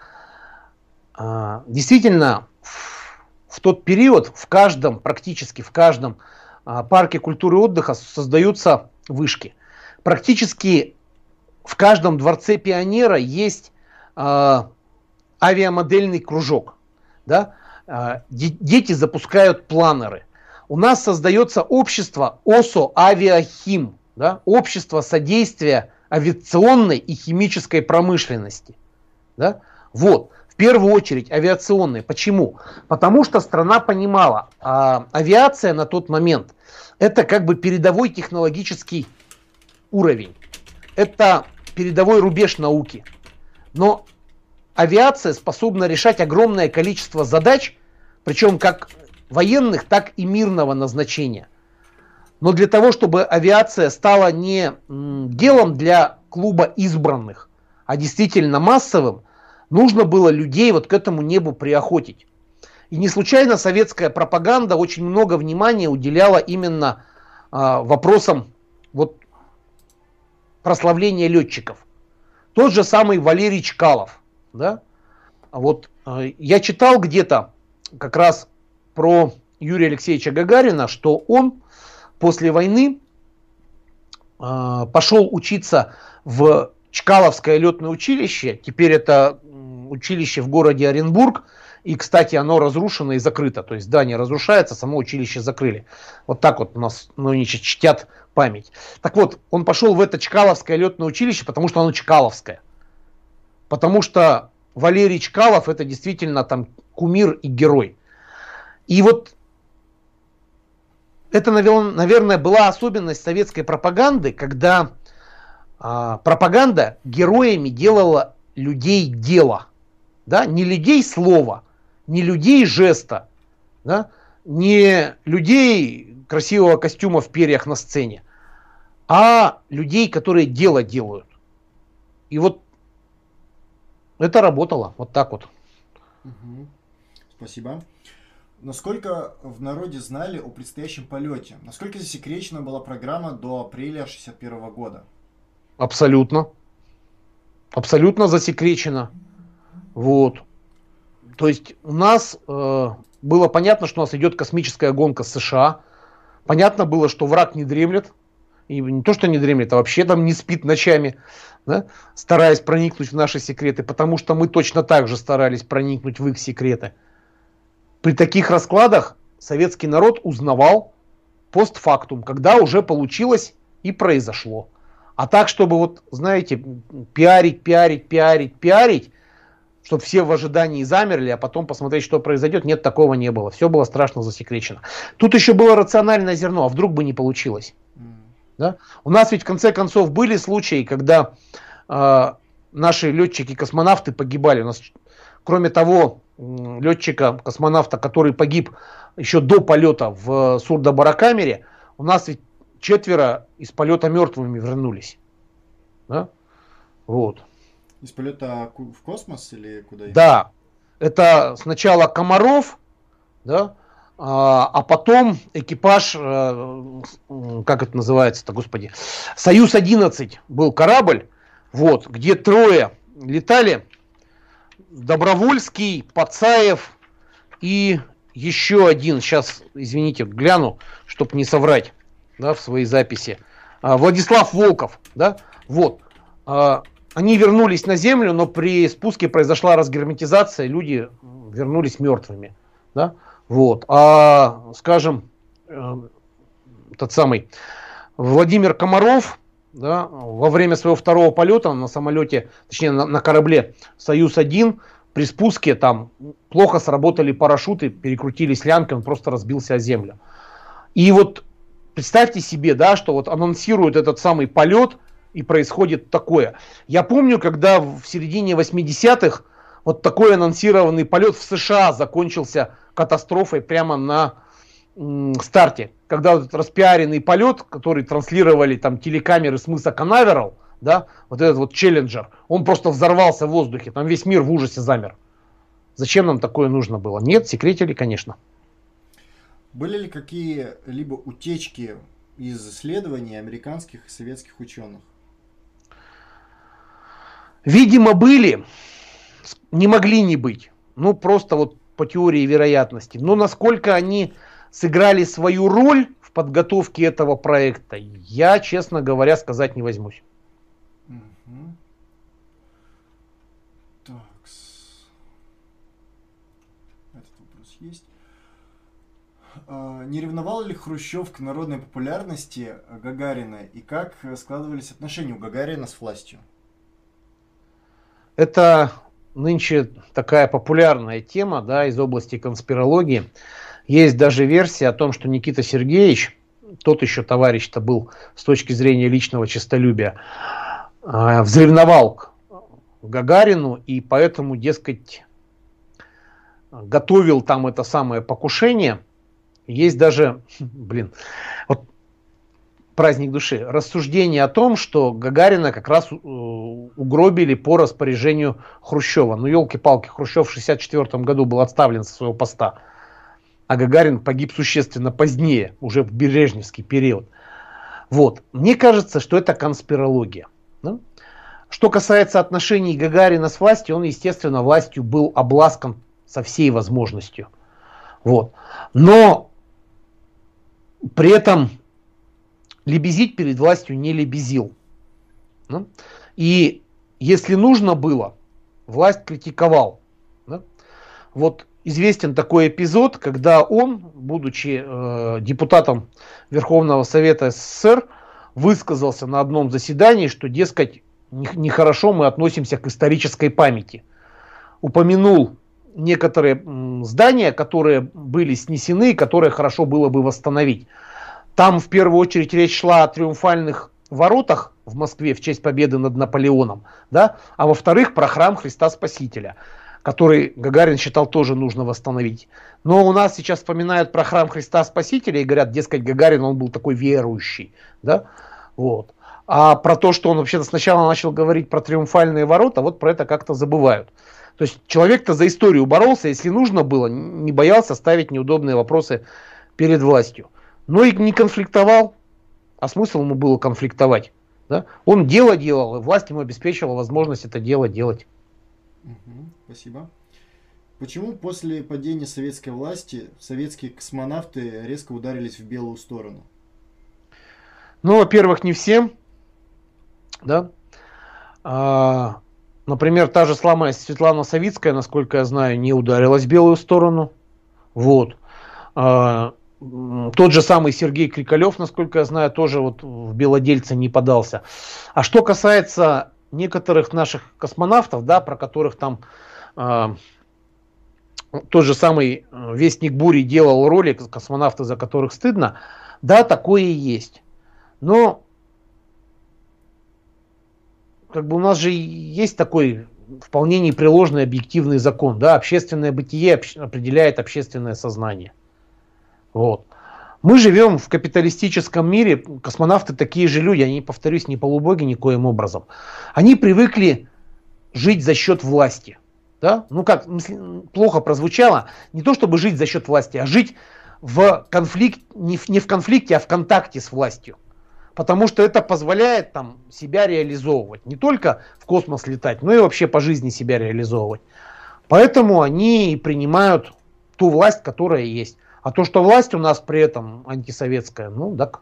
Э, действительно, в, в тот период в каждом, практически в каждом э, парке культуры и отдыха создаются вышки. Практически в каждом дворце пионера есть э, авиамодельный кружок. Да? Э, де- дети запускают планеры. У нас создается общество ОСО Авиахим, да? Общество содействия авиационной и химической промышленности. Да? Вот, в первую очередь авиационной. Почему? Потому что страна понимала, э, авиация на тот момент это как бы передовой технологический уровень. Это передовой рубеж науки. Но авиация способна решать огромное количество задач, причем как военных, так и мирного назначения. Но для того, чтобы авиация стала не делом для клуба избранных, а действительно массовым, нужно было людей вот к этому небу приохотить. И не случайно советская пропаганда очень много внимания уделяла именно а, вопросам вот, прославления летчиков. Тот же самый Валерий Чкалов. Да? Вот, э, я читал где-то как раз про Юрия Алексеевича Гагарина, что он после войны э, пошел учиться в Чкаловское летное училище. Теперь это училище в городе Оренбург. И, кстати, оно разрушено и закрыто. То есть здание разрушается, само училище закрыли. Вот так вот у нас нынче чтят память. Так вот, он пошел в это Чкаловское летное училище, потому что оно Чкаловское. Потому что Валерий Чкалов это действительно там кумир и герой. И вот это, наверное, была особенность советской пропаганды, когда а, пропаганда героями делала людей дела. Да? Не людей слова, не людей жеста, да? Не людей красивого костюма в перьях на сцене, а людей, которые дело делают. И вот это работало вот так вот. Угу. Спасибо. Насколько в народе знали о предстоящем полете? Насколько засекречена была программа до апреля шестьдесят первого года? Абсолютно. Абсолютно засекречено. Вот. То есть у нас э, было понятно, что у нас идет космическая гонка с США. Понятно было, что враг не дремлет. И не то, что не дремлет, а вообще там не спит ночами, да, стараясь проникнуть в наши секреты, потому что мы точно так же старались проникнуть в их секреты. При таких раскладах советский народ узнавал постфактум, когда уже получилось и произошло. А так, чтобы вот, знаете, пиарить, пиарить, пиарить, пиарить, чтобы все в ожидании замерли, а потом посмотреть, что произойдет, нет, такого не было. Все было страшно засекречено. Тут еще было рациональное зерно, а вдруг бы не получилось. Да? У нас ведь в конце концов были случаи, когда э, наши летчики-космонавты погибали. У нас, кроме того, летчика-космонавта, который погиб еще до полета в сурдобарокамере, у нас ведь четверо из полета мертвыми вернулись. Да? Вот. Из полета в космос или куда? Да. Это сначала Комаров, да, а, а потом экипаж, как это называется-то, господи, Союз одиннадцать был корабль, вот, где трое летали, Добровольский, Пацаев и еще один, сейчас, извините, гляну, чтобы не соврать, да, в своей записи, Владислав Волков, да, вот, они вернулись на Землю, но при спуске произошла разгерметизация, люди вернулись мертвыми, да, вот, а, скажем, тот самый Владимир Комаров, да, во время своего второго полета на самолете, точнее на, на корабле Союз один, при спуске там плохо сработали парашюты, перекрутились лямки, он просто разбился о землю. И вот представьте себе, да, что вот анонсируют этот самый полет, и происходит такое. Я помню, когда в середине восьмидесятых вот такой анонсированный полет в США закончился катастрофой прямо на м, старте. Когда вот распиаренный полет, который транслировали там телекамеры с мыса Канаверал, да, вот этот вот Челленджер, он просто взорвался в воздухе, там весь мир в ужасе замер. Зачем нам такое нужно было? Нет, секретили, конечно. Были ли какие-либо утечки из исследований американских и советских ученых? Видимо, были, не могли не быть. Ну, просто вот по теории вероятности. Но насколько они сыграли свою роль в подготовке этого проекта, я, честно говоря, сказать не возьмусь. Угу. Так. Этот вопрос есть. А, не ревновал ли Хрущев к народной популярности Гагарина? И как складывались отношения у Гагарина с властью? Это нынче такая популярная тема, да, из области конспирологии. Есть даже версия о том, что Никита Сергеевич, тот еще товарищ-то был с точки зрения личного честолюбия, взревновал к Гагарину и поэтому, дескать, готовил там это самое покушение. Есть даже, блин, вот праздник души, рассуждение о том, что Гагарина как раз угробили по распоряжению Хрущева. Ну, елки-палки, Хрущев в шестьдесят четвёртом году был отставлен со своего поста, а Гагарин погиб существенно позднее, уже в брежневский период. Вот. Мне кажется, что это конспирология. Да? Что касается отношений Гагарина с властью, он, естественно, властью был обласкан со всей возможностью. Вот. Но при этом лебезить перед властью не лебезил. Да? И если нужно было, власть критиковал. Да? Вот известен такой эпизод, когда он, будучи э, депутатом Верховного Совета СССР, высказался на одном заседании, что, дескать, нехорошо мы относимся к исторической памяти. Упомянул некоторые м, здания, которые были снесены и которые хорошо было бы восстановить. Там в первую очередь речь шла о триумфальных воротах в Москве в честь победы над Наполеоном, да? А во-вторых, про храм Христа Спасителя, который Гагарин считал тоже нужно восстановить. Но у нас сейчас вспоминают про храм Христа Спасителя и говорят, дескать, Гагарин, он был такой верующий. Да? Вот. А про то, что он вообще-то сначала начал говорить про триумфальные ворота, вот про это как-то забывают. То есть человек-то за историю боролся, если нужно было, не боялся ставить неудобные вопросы перед властью. Но и не конфликтовал, а смысл ему было конфликтовать. Да? Он дело делал, и власть ему обеспечивала возможность это дело делать. Угу, спасибо. Почему после падения советской власти советские космонавты резко ударились в белую сторону? Ну, во-первых, не всем. Да? А, например, та же самая Светлана Савицкая, насколько я знаю, не ударилась в белую сторону. Вот. А, Тот же самый Сергей Крикалев, насколько я знаю, тоже вот в белодельце не подался. А что касается некоторых наших космонавтов, да, про которых там э, тот же самый Вестник Бури делал ролик, космонавты, за которых стыдно, да, такое и есть. Но как бы у нас же есть такой вполне непреложный объективный закон, да, общественное бытие определяет общественное сознание. Вот. Мы живем в капиталистическом мире, космонавты такие же люди, они, повторюсь, не полубоги никоим образом. Они привыкли жить за счет власти. Да? Ну как, плохо прозвучало, не то чтобы жить за счет власти, а жить в конфликт, не в, не в конфликте, а в контакте с властью. Потому что это позволяет там, себя реализовывать. Не только в космос летать, но и вообще по жизни себя реализовывать. Поэтому они и принимают ту власть, которая есть. А то, что власть у нас при этом антисоветская, ну так,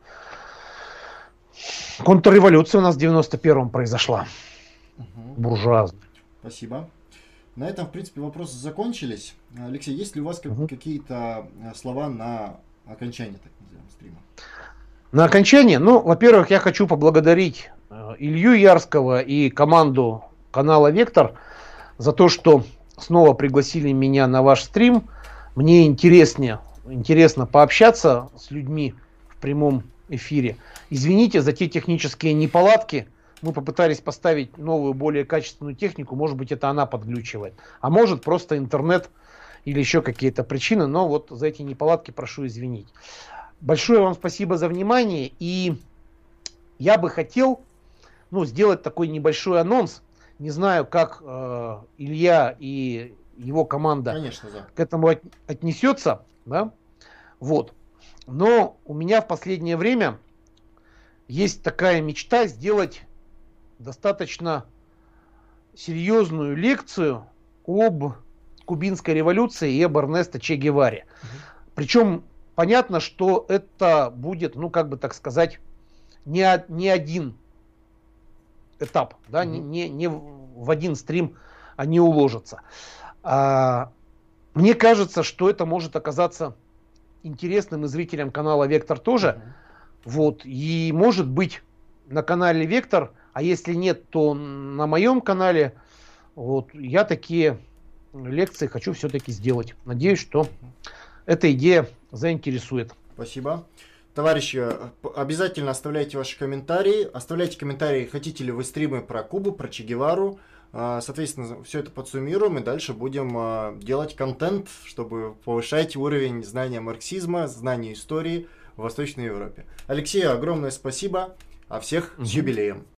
контрреволюция у нас в девяносто первом произошла. Угу. Буржуазная. Спасибо. На этом, в принципе, вопросы закончились. Алексей, есть ли у вас как, угу. какие-то слова на окончание, так называемого, стрима? На окончание, ну, во-первых, я хочу поблагодарить Илью Ярского и команду канала «Вектор» за то, что снова пригласили меня на ваш стрим. Мне интереснее, интересно пообщаться с людьми в прямом эфире. Извините за те технические неполадки. Мы попытались поставить новую, более качественную технику. Может быть, это она подглючивает. А может, просто интернет или еще какие-то причины. Но вот за эти неполадки прошу извинить. Большое вам спасибо за внимание. И я бы хотел ну, сделать такой небольшой анонс. Не знаю, как э, Илья и его команда Конечно, да. к этому от, отнесется. Да? Вот. Но у меня в последнее время есть такая мечта сделать достаточно серьезную лекцию об кубинской революции и об Эрнесто Че Геваре. Угу. Причем понятно, что это будет, ну как бы так сказать, не, не один этап, да, угу. не, не, не в один стрим они уложатся. А, мне кажется, что это может оказаться интересным и зрителям канала Вектор тоже. Угу. Вот, и может быть на канале Вектор, а если нет, то на моем канале, вот, я такие лекции хочу все-таки сделать. Надеюсь, что эта идея заинтересует. Спасибо. Товарищи, обязательно оставляйте ваши комментарии. Оставляйте комментарии, хотите ли вы стримы про Кубу, про Че Гевару. Соответственно, все это подсуммируем и дальше будем делать контент, чтобы повышать уровень знания марксизма, знания истории в Восточной Европе. Алексею огромное спасибо, а всех с юбилеем.